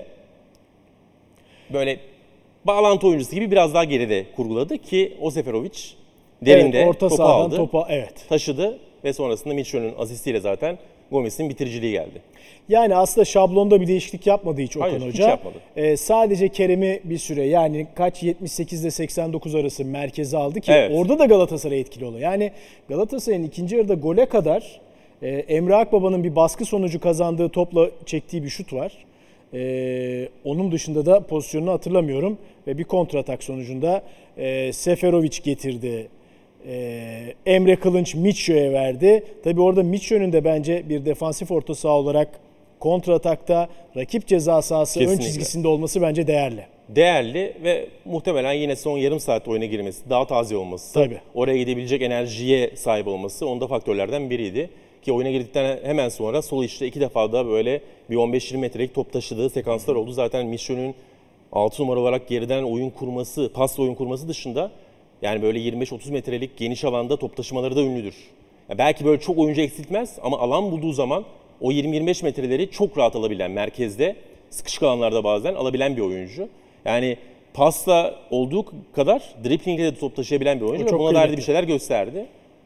Speaker 2: böyle bağlantı oyuncusu gibi biraz daha geride kurguladı ki o Seferovic derinde
Speaker 1: evet, orta
Speaker 2: topu
Speaker 1: sahadan
Speaker 2: aldı,
Speaker 1: topa evet.
Speaker 2: taşıdı ve sonrasında Mitchell'ın asistiyle zaten Gomis'in bitiriciliği geldi.
Speaker 1: Yani aslında şablonda bir değişiklik yapmadı hiç Okan
Speaker 2: Hayır, hiç
Speaker 1: Hoca.
Speaker 2: yapmadı.
Speaker 1: Ee, sadece Kerem'i bir süre yani kaç yetmiş sekiz ile seksen dokuz arası merkeze aldı ki
Speaker 2: Evet.
Speaker 1: orada da Galatasaray etkili oluyor. Yani Galatasaray'ın ikinci yarıda gole kadar e, Emre Akbaba'nın bir baskı sonucu kazandığı topla çektiği bir şut var. E, onun dışında da pozisyonunu hatırlamıyorum ve bir kontratak sonucunda e, Seferovic getirdi. Ee, Emre Kılınç Mitchell'e verdi. Tabii orada Mitchell'ün de bence bir defansif orta saha olarak kontratakta rakip ceza sahası ön
Speaker 2: Kesinlikle.
Speaker 1: çizgisinde olması bence değerli.
Speaker 2: Değerli ve muhtemelen yine son yarım saat oyuna girmesi, daha taze olması,
Speaker 1: Tabii.
Speaker 2: oraya gidebilecek enerjiye sahip olması onda faktörlerden biriydi. Ki oyuna girdikten hemen sonra sol içte iki defa da böyle bir on beş yirmi metrelik top taşıdığı sekanslar oldu. Zaten Mitchell'ün altı numara olarak geriden oyun kurması, pasla oyun kurması dışında yani böyle yirmi beş otuz metrelik geniş alanda top taşımaları da ünlüdür. Ya belki böyle çok oyuncu eksiltmez ama alan bulduğu zaman o yirmi yirmi beş metreleri çok rahat alabilen, merkezde sıkışık alanlarda bazen alabilen bir oyuncu. Yani pasla olduğu kadar driblingle de top taşıyabilen bir oyuncu
Speaker 1: O
Speaker 2: ve
Speaker 1: çok
Speaker 2: buna dair de
Speaker 1: kıymetli.
Speaker 2: bir şeyler gösterdi.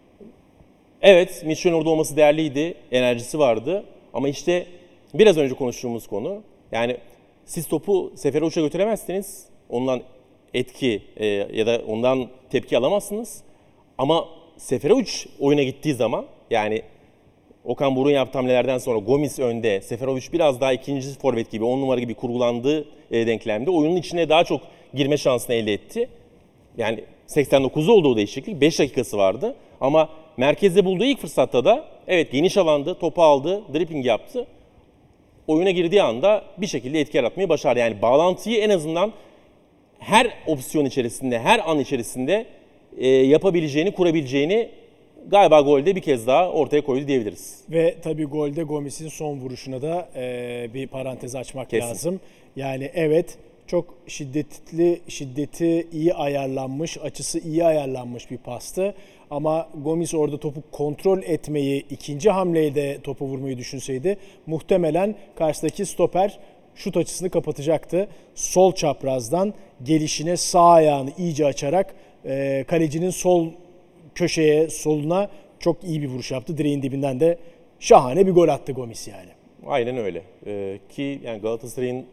Speaker 2: Evet, Mitchell'in orada olması değerliydi, enerjisi vardı ama işte biraz önce konuştuğumuz konu yani siz topu Seferovic'e götüremezsiniz, ondan etki e, ya da ondan tepki alamazsınız ama Seferovic oyuna gittiği zaman yani Okan Buruk'un yaptığı hamlelerden sonra Gomis önde, Seferovic biraz daha ikinci forvet gibi, on numara gibi kurgulandığı e, denklemde oyunun içine daha çok girme şansını elde etti. Yani seksen dokuzda olduğu değişiklik, beş dakikası vardı ama merkezde bulduğu ilk fırsatta da evet geniş alandı, topu aldı, dribbling yaptı. Oyuna girdiği anda bir şekilde etki yaratmayı başardı. Yani bağlantıyı en azından her opsiyon içerisinde, her an içerisinde e, yapabileceğini, kurabileceğini galiba golde bir kez daha ortaya koydu diyebiliriz.
Speaker 1: Ve tabii golde Gomis'in son vuruşuna da e, bir parantez açmak
Speaker 2: Kesin.
Speaker 1: lazım. Yani evet, çok şiddetli, şiddeti iyi ayarlanmış, açısı iyi ayarlanmış bir pastı. Ama Gomis orada topu kontrol etmeyi, ikinci hamleyle de topu vurmayı düşünseydi muhtemelen karşıdaki stoper şut açısını kapatacaktı. Sol çaprazdan gelişine sağ ayağını iyice açarak e, kalecinin sol köşeye, soluna çok iyi bir vuruş yaptı. Direğin dibinden de şahane bir gol attı Gomis yani.
Speaker 2: Aynen öyle. Ee, ki yani Galatasaray'ın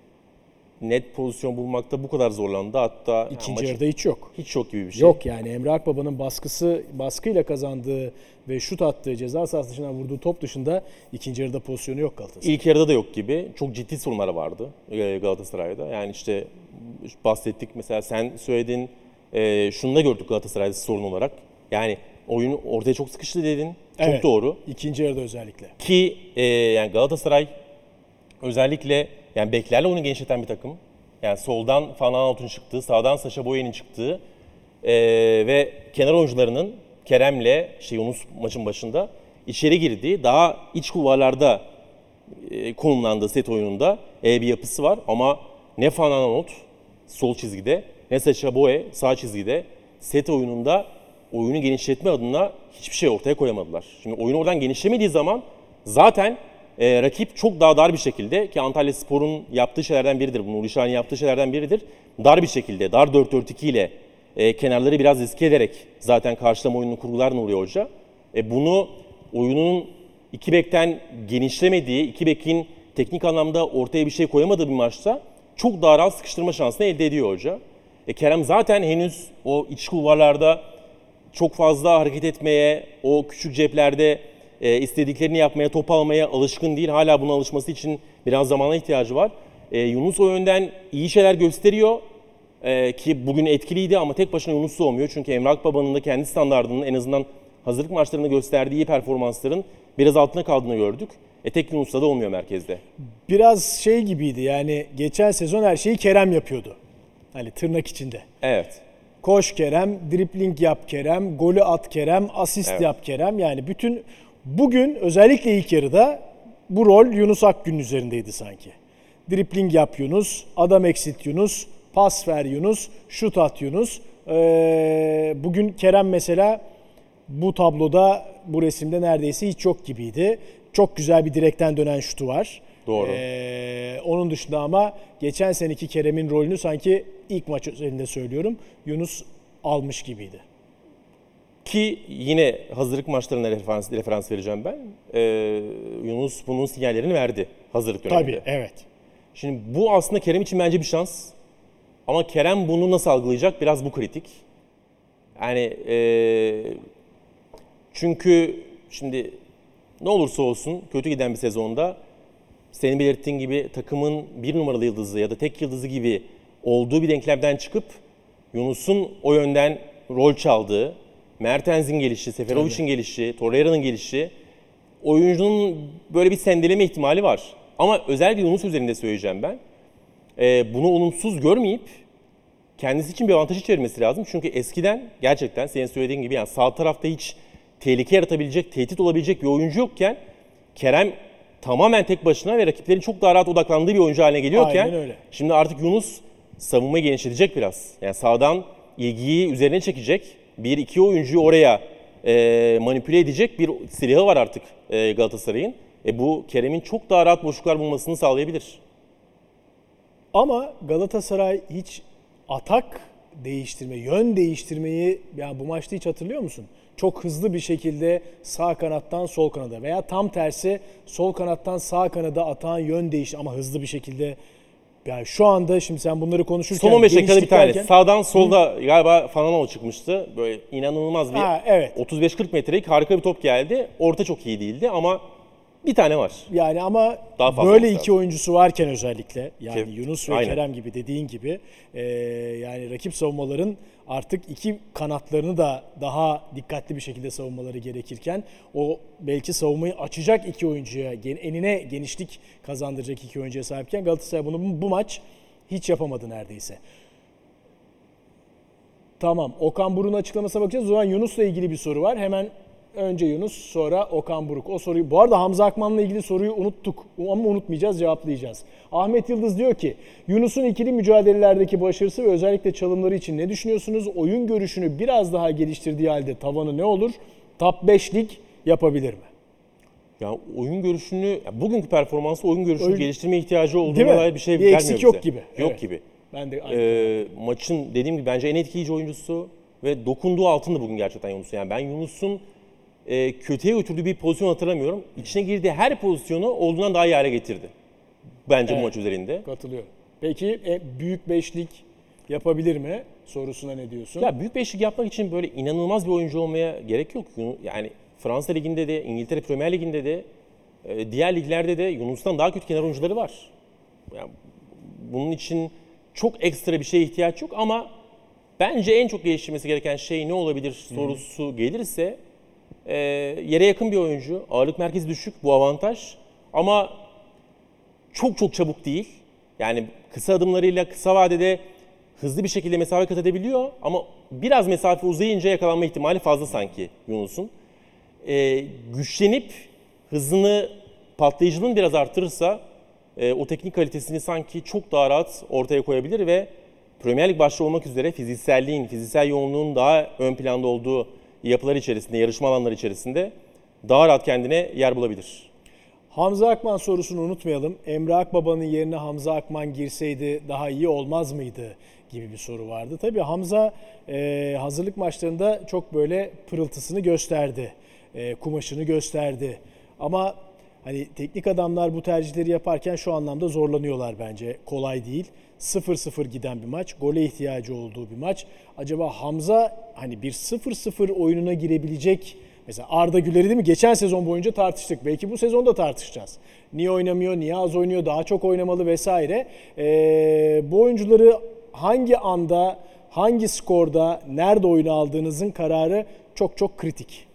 Speaker 2: net pozisyon bulmakta bu kadar zorlandı. Hatta
Speaker 1: İkinci
Speaker 2: yani
Speaker 1: yarıda hiç yok.
Speaker 2: hiç yok gibi bir şey.
Speaker 1: Yok yani Emre Akbaba'nın baskısı baskıyla kazandığı ve şut attığı, ceza sahası dışından vurduğu top dışında ikinci yarıda pozisyonu yok Galatasaray.
Speaker 2: İlk yarıda da yok gibi. Çok ciddi sorunları vardı e, Galatasaray'da. Yani işte bahsettik, mesela sen söyledin. E, şunu da gördük Galatasaray'da sorun olarak. Yani oyun ortaya çok sıkıştı dedin. Çok
Speaker 1: Evet,
Speaker 2: doğru.
Speaker 1: İkinci yarıda özellikle.
Speaker 2: Ki e, yani Galatasaray özellikle yani beklerle oyunu genişleten bir takım. Yani soldan Van Aanholt'un çıktığı, sağdan Sacha Boey'nin çıktığı e, ve kenar oyuncularının Kerem'le işte Yunus maçın başında içeri girdiği, daha iç kulvarlarda e, konumlandığı set oyununda e, bir yapısı var. Ama ne Van Aanholt sol çizgide ne Sacha Boey sağ çizgide set oyununda oyunu genişletme adına hiçbir şey ortaya koyamadılar. Şimdi oyun oradan genişlemediği zaman zaten e, rakip çok daha dar bir şekilde, ki Antalyaspor'un yaptığı şeylerden biridir, bunu Nuri Şahin'in yaptığı şeylerden biridir. Dar bir şekilde, dar dört dört iki ile e, kenarları biraz riske ederek zaten karşılama oyununu kurgular Nuri Hoca. E, bunu oyunun iki bekten genişlemediği, iki bekin teknik anlamda ortaya bir şey koyamadığı bir maçta çok daha rahat sıkıştırma şansını elde ediyor Hoca. E, Kerem zaten henüz o iç kulvarlarda çok fazla hareket etmeye, o küçük ceplerde e, istediklerini yapmaya, top almaya alışkın değil. Hala buna alışması için biraz zamana ihtiyacı var. E, Yunus o yönden iyi şeyler gösteriyor e, ki bugün etkiliydi ama tek başına Yunus da olmuyor. Çünkü Emre Akbaba'nın da kendi standardının en azından hazırlık maçlarında gösterdiği iyi performansların biraz altına kaldığını gördük. E tek Yunus'la da olmuyor merkezde.
Speaker 1: Biraz şey gibiydi yani, geçen sezon her şeyi Kerem yapıyordu. Hani tırnak içinde.
Speaker 2: Evet.
Speaker 1: Koş Kerem, dripling yap Kerem, golü at Kerem, asist
Speaker 2: Evet.
Speaker 1: yap Kerem. Yani bütün bugün özellikle ilk yarıda bu rol Yunus Akgün'ün üzerindeydi sanki. Dripling yap Yunus, adam eksit Yunus, pas ver Yunus, şut at Yunus. Ee, bugün Kerem mesela bu tabloda, bu resimde neredeyse hiç yok gibiydi. Çok güzel bir direkten dönen şutu var.
Speaker 2: Doğru.
Speaker 1: Ee, onun dışında ama geçen seneki Kerem'in rolünü sanki ilk maç özelinde söylüyorum, Yunus almış gibiydi.
Speaker 2: Ki yine hazırlık maçlarına referans, referans vereceğim ben. Ee, Yunus bunun sinyallerini verdi hazırlık döneminde.
Speaker 1: Tabii, evet.
Speaker 2: Şimdi bu aslında Kerem için bence bir şans. Ama Kerem bunu nasıl algılayacak? Biraz bu kritik. Yani ee, çünkü şimdi ne olursa olsun kötü giden bir sezonda senin belirttiğin gibi takımın bir numaralı yıldızı ya da tek yıldızı gibi olduğu bir denklemden çıkıp Yunus'un o yönden rol çaldığı, Mertens'in gelişi, Seferovic'in gelişi, Torreira'nın gelişi, oyuncunun böyle bir sendeleme ihtimali var. Ama özellikle Yunus üzerinde söyleyeceğim ben. Ee, bunu olumsuz görmeyip kendisi için bir avantajı çevirmesi lazım. Çünkü eskiden gerçekten senin söylediğin gibi yani sağ tarafta hiç tehlike yaratabilecek, tehdit olabilecek bir oyuncu yokken Kerem tamamen tek başına ve rakiplerin çok daha rahat odaklandığı bir oyuncu haline geliyorken
Speaker 1: Aynen öyle.
Speaker 2: şimdi artık Yunus savunmayı genişletecek biraz. Yani sağdan ilgiyi üzerine çekecek. Bir iki oyuncuyu oraya e, manipüle edecek bir silahı var artık e, Galatasaray'ın. E, bu Kerem'in çok daha rahat boşluklar bulmasını sağlayabilir.
Speaker 1: Ama Galatasaray hiç atak değiştirme, yön değiştirmeyi yani bu maçta hiç hatırlıyor musun? Çok hızlı bir şekilde sağ kanattan sol kanada veya tam tersi sol kanattan sağ kanada atağın yön değiş ama hızlı bir şekilde. Yani şu anda şimdi sen bunları konuşurken
Speaker 2: Son on beş dakikada bir tane
Speaker 1: derken,
Speaker 2: sağdan solda Hı. galiba Fananov çıkmıştı. Böyle inanılmaz bir
Speaker 1: ha, evet.
Speaker 2: otuz beş kırk metrelik harika bir top geldi. Orta çok iyi değildi ama bir tane var.
Speaker 1: Yani ama
Speaker 2: Daha fazla
Speaker 1: böyle
Speaker 2: olması
Speaker 1: iki
Speaker 2: lazım.
Speaker 1: oyuncusu varken özellikle yani
Speaker 2: Ki-
Speaker 1: Yunus ve
Speaker 2: aynen.
Speaker 1: Kerem gibi dediğin gibi e, yani rakip savunmaların artık iki kanatlarını da daha dikkatli bir şekilde savunmaları gerekirken o belki savunmayı açacak iki oyuncuya, gen- enine genişlik kazandıracak iki oyuncuya sahipken Galatasaray bunu bu, bu maç hiç yapamadı neredeyse. Tamam. Okan Buruk'un açıklamasına bakacağız. O zaman Yunus'la ilgili bir soru var. Hemen önce Yunus, sonra Okan Buruk. O soruyu, bu arada Hamza Akman'la ilgili soruyu unuttuk ama unutmayacağız, cevaplayacağız. Ahmet Yıldız diyor ki, Yunus'un ikili mücadelelerdeki başarısı ve özellikle çalımları için ne düşünüyorsunuz? Oyun görüşünü biraz daha geliştirdiği halde tavanı ne olur? Top beşlik yapabilir mi?
Speaker 2: Ya oyun görüşünü, ya bugünkü performansı oyun görüşünü
Speaker 1: Oyun-
Speaker 2: geliştirme ihtiyacı
Speaker 1: Değil
Speaker 2: olduğuna
Speaker 1: mi?
Speaker 2: dair bir şey
Speaker 1: Bir
Speaker 2: gelmiyor
Speaker 1: eksik
Speaker 2: bize.
Speaker 1: yok gibi.
Speaker 2: Yok
Speaker 1: Evet.
Speaker 2: gibi.
Speaker 1: Ben de aynı.
Speaker 2: Ee, maçın dediğim gibi bence en etkileyici oyuncusu ve dokunduğu altın da bugün gerçekten Yunus'un. Yani ben Yunus'un e, kötüye götürdüğü bir pozisyon hatırlamıyorum. İçine girdiği her pozisyonu olduğundan daha iyi hale getirdi. Bence
Speaker 1: Evet.
Speaker 2: bu maç üzerinde.
Speaker 1: Katılıyorum. Peki e, büyük beşlik yapabilir mi sorusuna ne diyorsun?
Speaker 2: Ya büyük beşlik yapmak için böyle inanılmaz bir oyuncu olmaya gerek yok. Yunu- Yani Fransa Ligi'nde de, İngiltere Premier Ligi'nde de, e, diğer liglerde de Yunus'tan daha kötü kenar oyuncuları var. Yani bunun için çok ekstra bir şeye ihtiyaç yok ama bence en çok geliştirmesi gereken şey ne olabilir sorusu gelirse e, yere yakın bir oyuncu, ağırlık merkezi düşük, bu avantaj ama çok çok çabuk değil. Yani kısa adımlarıyla kısa vadede hızlı bir şekilde mesafe kat edebiliyor ama biraz mesafe uzayınca yakalanma ihtimali fazla sanki Yunus'un. Ee, güçlenip hızını, patlayıcılığını biraz artırırsa e, o teknik kalitesini sanki çok daha rahat ortaya koyabilir ve Premier Lig başta olmak üzere fizikselliğin, fiziksel yoğunluğun daha ön planda olduğu yapılar içerisinde, yarışma alanları içerisinde daha rahat kendine yer bulabilir.
Speaker 1: Hamza Akman sorusunu unutmayalım. Emre Akbaba'nın yerine Hamza Akman girseydi daha iyi olmaz mıydı gibi bir soru vardı. Tabii Hamza e, hazırlık maçlarında çok böyle pırıltısını gösterdi. E, kumaşını gösterdi. Ama hani teknik adamlar bu tercihleri yaparken şu anlamda zorlanıyorlar bence. Kolay değil. sıfır sıfır giden bir maç. Gole ihtiyacı olduğu bir maç. Acaba Hamza hani bir sıfır sıfır oyununa girebilecek. Mesela Arda Güler'i değil mi? Geçen sezon boyunca tartıştık. Belki bu sezon da tartışacağız. Niye oynamıyor, niye az oynuyor, daha çok oynamalı vesaire. Ee, bu oyuncuları hangi anda, hangi skorda, nerede oyunu aldığınızın kararı çok çok kritik.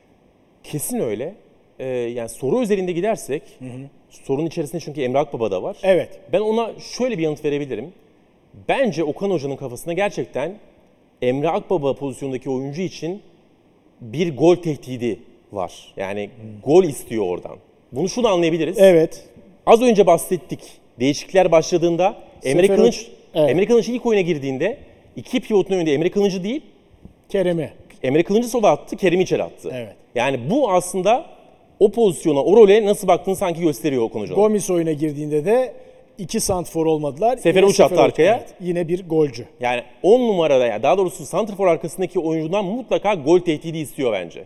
Speaker 2: Kesin öyle. Ee, yani soru üzerinde gidersek, hı hı. sorunun içerisinde çünkü Emre Akbaba da var.
Speaker 1: Evet.
Speaker 2: Ben ona şöyle bir yanıt verebilirim. Bence Okan Hoca'nın kafasında gerçekten Emre Akbaba pozisyondaki oyuncu için bir gol tehdidi var. Yani hmm. gol istiyor oradan. Bunu şunu anlayabiliriz.
Speaker 1: Evet.
Speaker 2: Az önce bahsettik. Değişiklikler başladığında Emre
Speaker 1: Sefer
Speaker 2: Kılınç,
Speaker 1: evet.
Speaker 2: Emre Kılınç ilk oyuna girdiğinde iki pivotun önünde Emre Kılınç'ı değil,
Speaker 1: Kerem'i.
Speaker 2: Emre Kılınç'ı sola attı, Kerem'i içeri attı.
Speaker 1: Evet.
Speaker 2: Yani bu aslında o pozisyona, o role nasıl baktığını sanki gösteriyor Okan Hoca'nın.
Speaker 1: Gomis oyuna girdiğinde de iki santfor olmadılar.
Speaker 2: Sefer'i uç attı arkaya.
Speaker 1: Evet, yine bir golcü.
Speaker 2: Yani on numarada, yani daha doğrusu santrfor arkasındaki oyuncudan mutlaka gol tehdidi istiyor bence.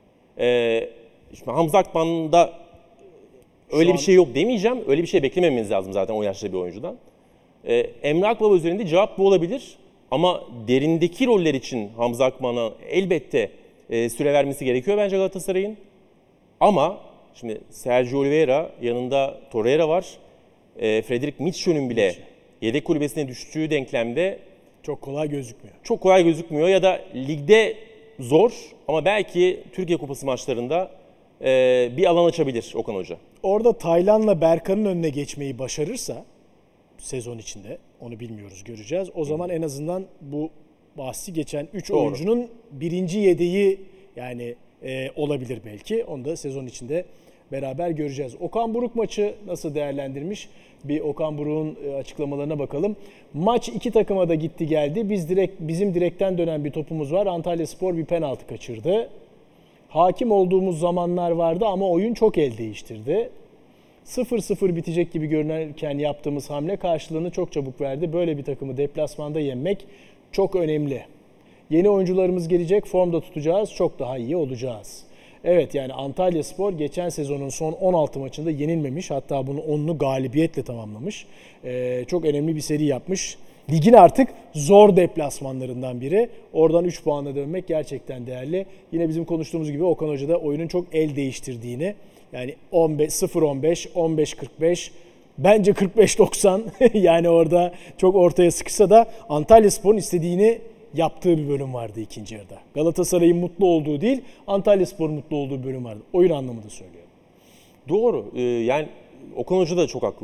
Speaker 2: Ee, şimdi Hamza Akman'da öyle
Speaker 1: Şu
Speaker 2: bir
Speaker 1: an...
Speaker 2: şey yok demeyeceğim. Öyle bir şey beklememeniz lazım zaten o yaşta bir oyuncudan. Ee, Emre Akbaba üzerinde cevap bu olabilir. Ama derindeki roller için Hamza Akman'a elbette e, süre vermesi gerekiyor bence Galatasaray'ın. Ama şimdi Sergio Oliveira, yanında Torreira var. E, Frederick Mitchell'ün bile yedek kulübesine düştüğü denklemde
Speaker 1: çok kolay gözükmüyor.
Speaker 2: Çok kolay gözükmüyor ya da ligde zor ama belki Türkiye Kupası maçlarında e, bir alan açabilir Okan Hoca.
Speaker 1: Orada Taylan'la Berkan'ın önüne geçmeyi başarırsa sezon içinde, onu bilmiyoruz, göreceğiz. O zaman en azından bu bahsi geçen üç oyuncunun birinci yedeği yani e, olabilir belki. Onu da sezon içinde beraber göreceğiz. Okan Buruk maçı nasıl değerlendirmiş? Bir Okan Buruk'un açıklamalarına bakalım. Maç iki takıma da gitti geldi. Biz direkt bizim direkten dönen bir topumuz var. Antalyaspor bir penaltı kaçırdı. Hakim olduğumuz zamanlar vardı ama oyun çok el değiştirdi. sıfır sıfır bitecek gibi görünürken yaptığımız hamle karşılığını çok çabuk verdi. Böyle bir takımı deplasmanda yenmek çok önemli. Yeni oyuncularımız gelecek, formda tutacağız, çok daha iyi olacağız. Evet, yani Antalyaspor geçen sezonun son on altı maçında yenilmemiş. Hatta bunu onunu galibiyetle tamamlamış. Ee, çok önemli bir seri yapmış. Ligin artık zor deplasmanlarından biri. Oradan üç puanla dönmek gerçekten değerli. Yine bizim konuştuğumuz gibi Okan Hoca da oyunun çok el değiştirdiğini, yani on beş sıfır on beş, on beş kırk beş, bence kırk beş doksan yani orada çok ortaya sıkışsa da Antalyaspor'un istediğini yaptığı bir bölüm vardı ikinci yarıda. Galatasaray'ın mutlu olduğu değil, Antalyaspor'un mutlu olduğu bir bölüm vardı. Oyun anlamında söylüyorum.
Speaker 2: Doğru. Ee, yani Okan Hoca da çok haklı.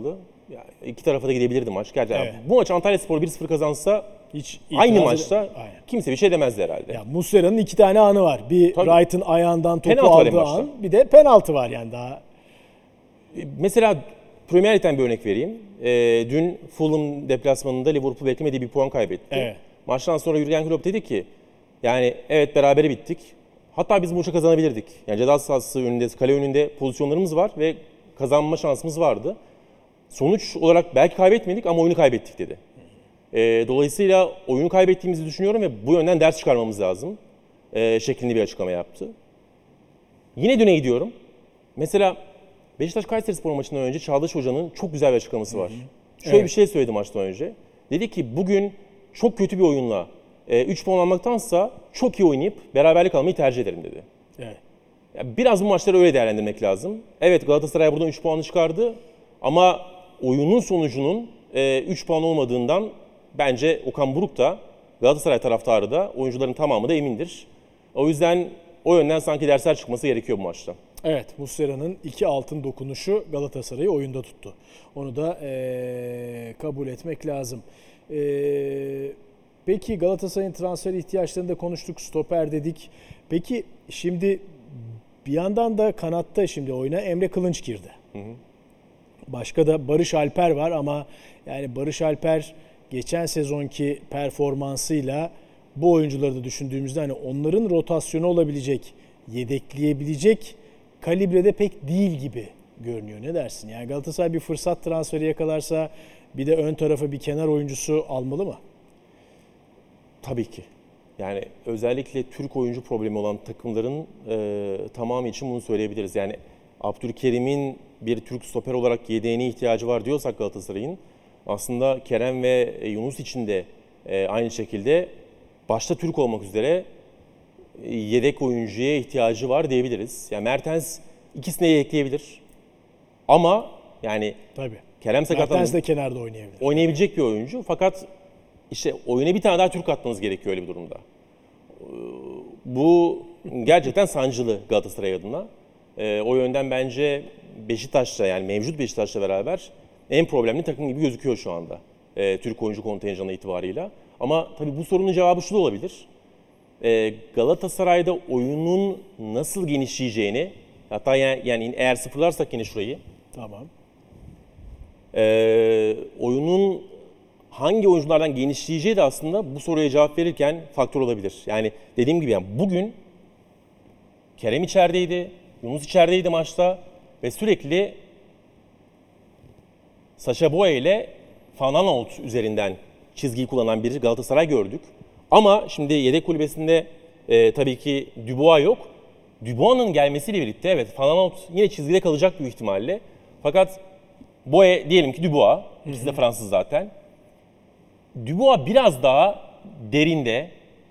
Speaker 2: Yani iki tarafa da gidebilirdi maç. Gerçekten
Speaker 1: Evet.
Speaker 2: bu maç Antalyaspor bir sıfır kazansa
Speaker 1: Hiç
Speaker 2: aynı
Speaker 1: itiraz
Speaker 2: maçta
Speaker 1: ede- Aynen.
Speaker 2: kimse bir şey demezdi herhalde.
Speaker 1: Ya Muslera'nın iki tane anı var. Bir
Speaker 2: Tabii.
Speaker 1: Wright'ın ayağından topu
Speaker 2: Penaltı var en
Speaker 1: aldığı
Speaker 2: başta.
Speaker 1: an, bir de penaltı var yani daha.
Speaker 2: Mesela Premier Lig'den bir örnek vereyim. Ee, dün Fulham deplasmanında Liverpool beklemediği bir puan kaybetti.
Speaker 1: Evet.
Speaker 2: Maçtan sonra Jurgen Klopp dedi ki yani evet berabere bittik. Hatta biz bu maçı kazanabilirdik. Yani ceza sahası önünde, kale önünde pozisyonlarımız var ve kazanma şansımız vardı. Sonuç olarak belki kaybetmedik ama oyunu kaybettik dedi. Ee, dolayısıyla oyunu kaybettiğimizi düşünüyorum ve bu yönden ders çıkarmamız lazım ee, şeklinde bir açıklama yaptı. Yine düne gidiyorum. Mesela Beşiktaş Kayserispor maçından önce Çağdaş Hoca'nın çok güzel bir açıklaması var. Şöyle
Speaker 1: Evet.
Speaker 2: bir şey söyledi maçtan önce. Dedi ki bugün çok kötü bir oyunla üç puan almaktansa çok iyi oynayıp beraberlik almayı tercih ederim dedi.
Speaker 1: Evet.
Speaker 2: Ya biraz bu maçları öyle değerlendirmek lazım. Evet Galatasaray buradan üç puanı çıkardı ama oyunun sonucunun üç puan olmadığından bence Okan Buruk da Galatasaray taraftarı da oyuncuların tamamı da emindir. O yüzden o yönden sanki dersler çıkması gerekiyor bu maçta.
Speaker 1: Evet, Muslera'nın iki altın dokunuşu Galatasaray'ı oyunda tuttu. Onu da eee, kabul etmek lazım. Eee, peki Galatasaray'ın transfer ihtiyaçlarını da konuştuk, stoper dedik. Peki şimdi bir yandan da kanatta şimdi oyuna Emre Kılınç girdi. Hı hı. Başka da Barış Alper var ama yani Barış Alper geçen sezonki performansıyla bu oyuncuları da düşündüğümüzde hani onların rotasyonu olabilecek, yedekleyebilecek kalibrede pek değil gibi görünüyor. Ne dersin? Yani Galatasaray bir fırsat transferi yakalarsa bir de ön tarafa bir kenar oyuncusu almalı mı?
Speaker 2: Tabii ki. Yani özellikle Türk oyuncu problemi olan takımların e, tamamı için bunu söyleyebiliriz. Yani Abdülkerim'in bir Türk stoper olarak yedeğine ihtiyacı var diyorsak Galatasaray'ın aslında Kerem ve Yunus için de e, aynı şekilde başta Türk olmak üzere e, yedek oyuncuya ihtiyacı var diyebiliriz. Yani Mertens ikisine de ekleyebilir. Ama yani
Speaker 1: Tabii.
Speaker 2: Kerem
Speaker 1: Mertens
Speaker 2: sakatlandı.
Speaker 1: de kenarda oynayabilir.
Speaker 2: Oynayabilecek bir oyuncu fakat işte oyuna bir tane daha Türk atmanız gerekiyor öyle bir durumda. Bu gerçekten sancılı Galatasaray adına. Ee, o yönden bence Beşiktaş'la yani mevcut Beşiktaş'la beraber en problemli takım gibi gözüküyor şu anda. Ee, Türk oyuncu kontenjanı itibarıyla. Ama tabii bu sorunun cevabı şu da olabilir. Ee, Galatasaray'da oyunun nasıl genişleyeceğini, hatta yani, yani eğer sıfırlarsak yine şurayı,
Speaker 1: Tamam.
Speaker 2: e, oyunun hangi oyunculardan genişleyeceği de aslında bu soruya cevap verirken faktör olabilir. Yani dediğim gibi yani bugün Kerem içerideydi, Yunus içerideydi maçta ve sürekli Sacha Boey ile Van Aanholt üzerinden çizgiyi kullanan bir Galatasaray gördük. Ama şimdi yedek kulübesinde e, tabii ki Dubois yok. Dubois'ın gelmesiyle birlikte evet Van Aanholt yine çizgide kalacak büyük ihtimalle. Fakat Boey diyelim ki Dubois, ikisi de Fransız zaten. Dubois biraz daha derinde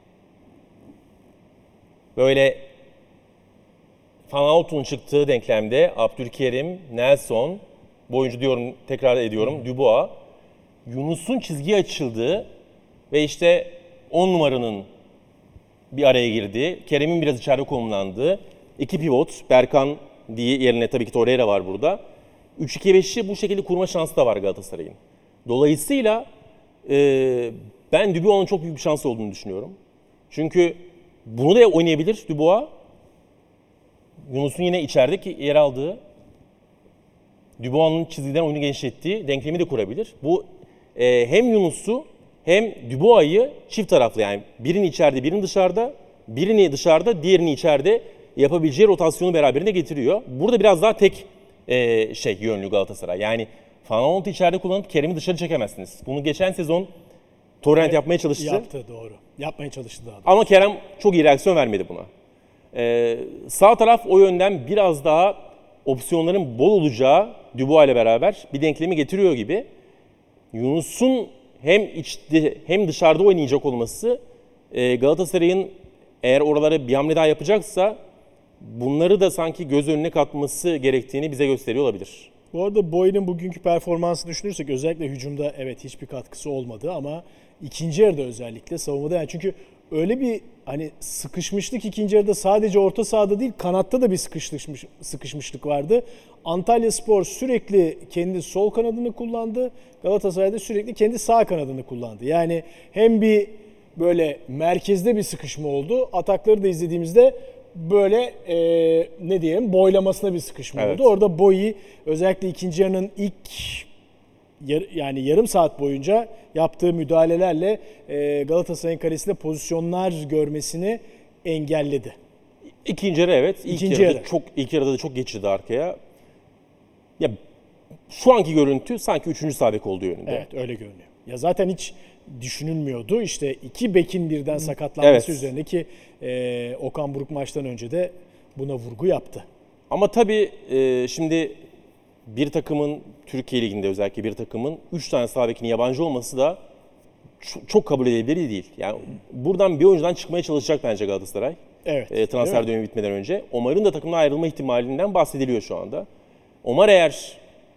Speaker 2: böyle Van Aanholt'un çıktığı denklemde Abdülkerim, Nelson, bu oyuncu diyorum tekrar ediyorum Dubois, Yunus'un çizgiye açıldığı ve işte on numaranın bir araya girdiği, Kerem'in biraz içeride konumlandığı, iki pivot, Berkan diye yerine tabii ki Torreira var burada. üç iki beşi bu şekilde kurma şansı da var Galatasaray'ın. Dolayısıyla e, ben Dubois'un çok büyük bir şansı olduğunu düşünüyorum. Çünkü bunu da oynayabilir Dubois. Yunus'un yine içeride yer aldığı, Dubois'un çizgiden oyunu genişlettiği denklemi de kurabilir. Bu e, hem Yunus'u hem Dubois'ı çift taraflı yani birini içeride birini dışarıda, birini dışarıda diğerini içeride yapabileceği rotasyonu beraberinde getiriyor. Burada biraz daha tek e, şey yönlü Galatasaray. Yani Van Aanholt'u içeride kullanıp Kerem'i dışarı çekemezsiniz. Bunu geçen sezon Torrent evet, yapmaya çalıştı.
Speaker 1: Yaptı doğru. Yapmaya çalıştı daha doğrusu.
Speaker 2: Ama Kerem çok iyi reaksiyon vermedi buna. Ee, sağ taraf o yönden biraz daha opsiyonların bol olacağı Dubois ile beraber bir denklemi getiriyor gibi. Yunus'un hem içte hem dışarıda oynayacak olması e, Galatasaray'ın eğer oralara bir hamle daha yapacaksa bunları da sanki göz önüne katması gerektiğini bize gösteriyor olabilir.
Speaker 1: Bu arada Boy'un bugünkü performansını düşünürsek özellikle hücumda evet hiçbir katkısı olmadı ama ikinci yarıda özellikle savunmada yani çünkü öyle bir hani sıkışmışlık ikinci yarıda sadece orta sahada değil kanatta da bir sıkışmış, sıkışmışlık vardı. Antalyaspor sürekli kendi sol kanadını kullandı. Galatasaray'da sürekli kendi sağ kanadını kullandı. Yani hem bir böyle merkezde bir sıkışma oldu. Atakları da izlediğimizde böyle e, ne diyelim boylamasına bir sıkışma
Speaker 2: Evet.
Speaker 1: oldu. Orada Boyi özellikle ikinci yarının ilk yar, yani yarım saat boyunca yaptığı müdahalelerle e, Galatasaray'ın kalesinde pozisyonlar görmesini engelledi.
Speaker 2: İkinci yarı evet. İlk
Speaker 1: İkinci
Speaker 2: yarıda
Speaker 1: yarı.
Speaker 2: çok ilk yarıda da çok geçirdi arkaya. Ya şu anki görüntü sanki üçüncü sağ bek olduğu yönünde.
Speaker 1: Evet öyle görünüyor. Ya zaten hiç düşünülmüyordu. İşte iki bekin birden sakatlanması
Speaker 2: Evet.
Speaker 1: üzerine ki e, Okan Buruk maçtan önce de buna vurgu yaptı.
Speaker 2: Ama tabii e, şimdi bir takımın Türkiye Ligi'nde özellikle bir takımın üç tane sağ bekinin yabancı olması da çok, çok kabul edilebilir değil. Yani buradan bir oyuncudan çıkmaya çalışacak bence Galatasaray.
Speaker 1: Evet.
Speaker 2: E, transfer dönemi bitmeden önce. Omar'ın da takımdan ayrılma ihtimalinden bahsediliyor şu anda. Omar eğer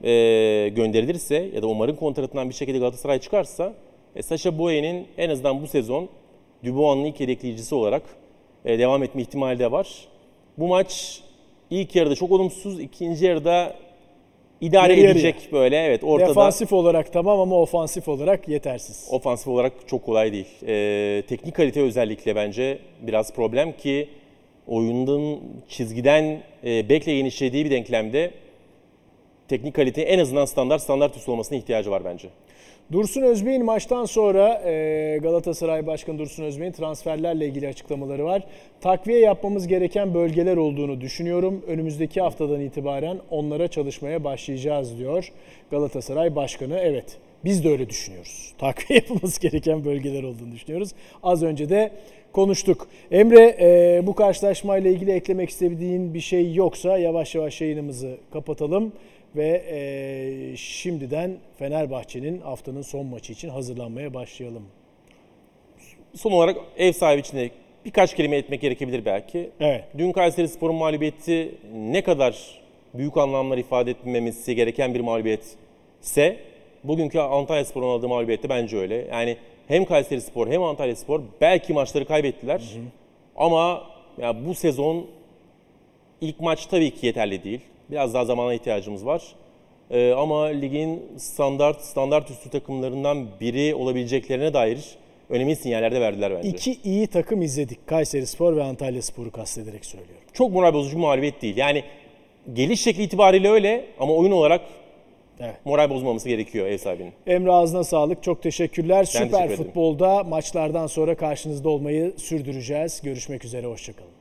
Speaker 2: e, gönderilirse ya da Omar'ın kontratından bir şekilde Galatasaray çıkarsa e, Sacha Boey'nin en azından bu sezon Dubois'un ilk yedekleyicisi olarak e, devam etme ihtimali de var. Bu maç ilk yarıda çok olumsuz, ikinci yarıda idare
Speaker 1: Yarı
Speaker 2: edecek böyle evet ortada.
Speaker 1: Defansif olarak tamam ama ofansif olarak yetersiz.
Speaker 2: Ofansif olarak çok kolay değil. Ee, teknik kalite özellikle bence biraz problem ki oyunun çizgiden e, bekle genişlediği bir denklemde teknik kalite en azından standart standart üstü olmasına ihtiyacı var bence.
Speaker 1: Dursun Özbey'in maçtan sonra e, Galatasaray Başkanı Dursun Özbey'in transferlerle ilgili açıklamaları var. Takviye yapmamız gereken bölgeler olduğunu düşünüyorum. Önümüzdeki haftadan itibaren onlara çalışmaya başlayacağız diyor Galatasaray Başkanı. Evet biz de öyle düşünüyoruz. Takviye yapılması gereken bölgeler olduğunu düşünüyoruz. Az önce de konuştuk. Emre e, bu karşılaşmayla ilgili eklemek istediğin bir şey yoksa yavaş yavaş yayınımızı kapatalım. Ve e, şimdiden Fenerbahçe'nin haftanın son maçı için hazırlanmaya başlayalım.
Speaker 2: Son olarak ev sahibi için de birkaç kelime etmek gerekebilir belki.
Speaker 1: Evet.
Speaker 2: Dün Kayserispor'un mağlubiyeti ne kadar büyük anlamlar ifade etmemesi gereken bir mağlubiyetse bugünkü Antalyaspor'un aldığı mağlubiyet de bence öyle. Yani hem Kayserispor hem Antalyaspor belki maçları kaybettiler. Hı hı. Ama ya bu sezon ilk maç tabii ki yeterli değil. Biraz daha zamana ihtiyacımız var. Ee, ama ligin standart standart üstü takımlarından biri olabileceklerine dair önemli sinyaller de verdiler bence.
Speaker 1: İki iyi takım izledik. Kayserispor ve Antalyaspor'u kastederek söylüyorum.
Speaker 2: Çok moral bozucu bir mağlubiyet değil. Yani geliş şekli itibariyle öyle ama oyun olarak evet, moral bozmaması gerekiyor ev sahibinin.
Speaker 1: Emre ağzına sağlık. Çok teşekkürler.
Speaker 2: Ben
Speaker 1: Süper
Speaker 2: teşekkür ederim.
Speaker 1: Futbol'da maçlardan sonra karşınızda olmayı sürdüreceğiz. Görüşmek üzere. Hoşçakalın.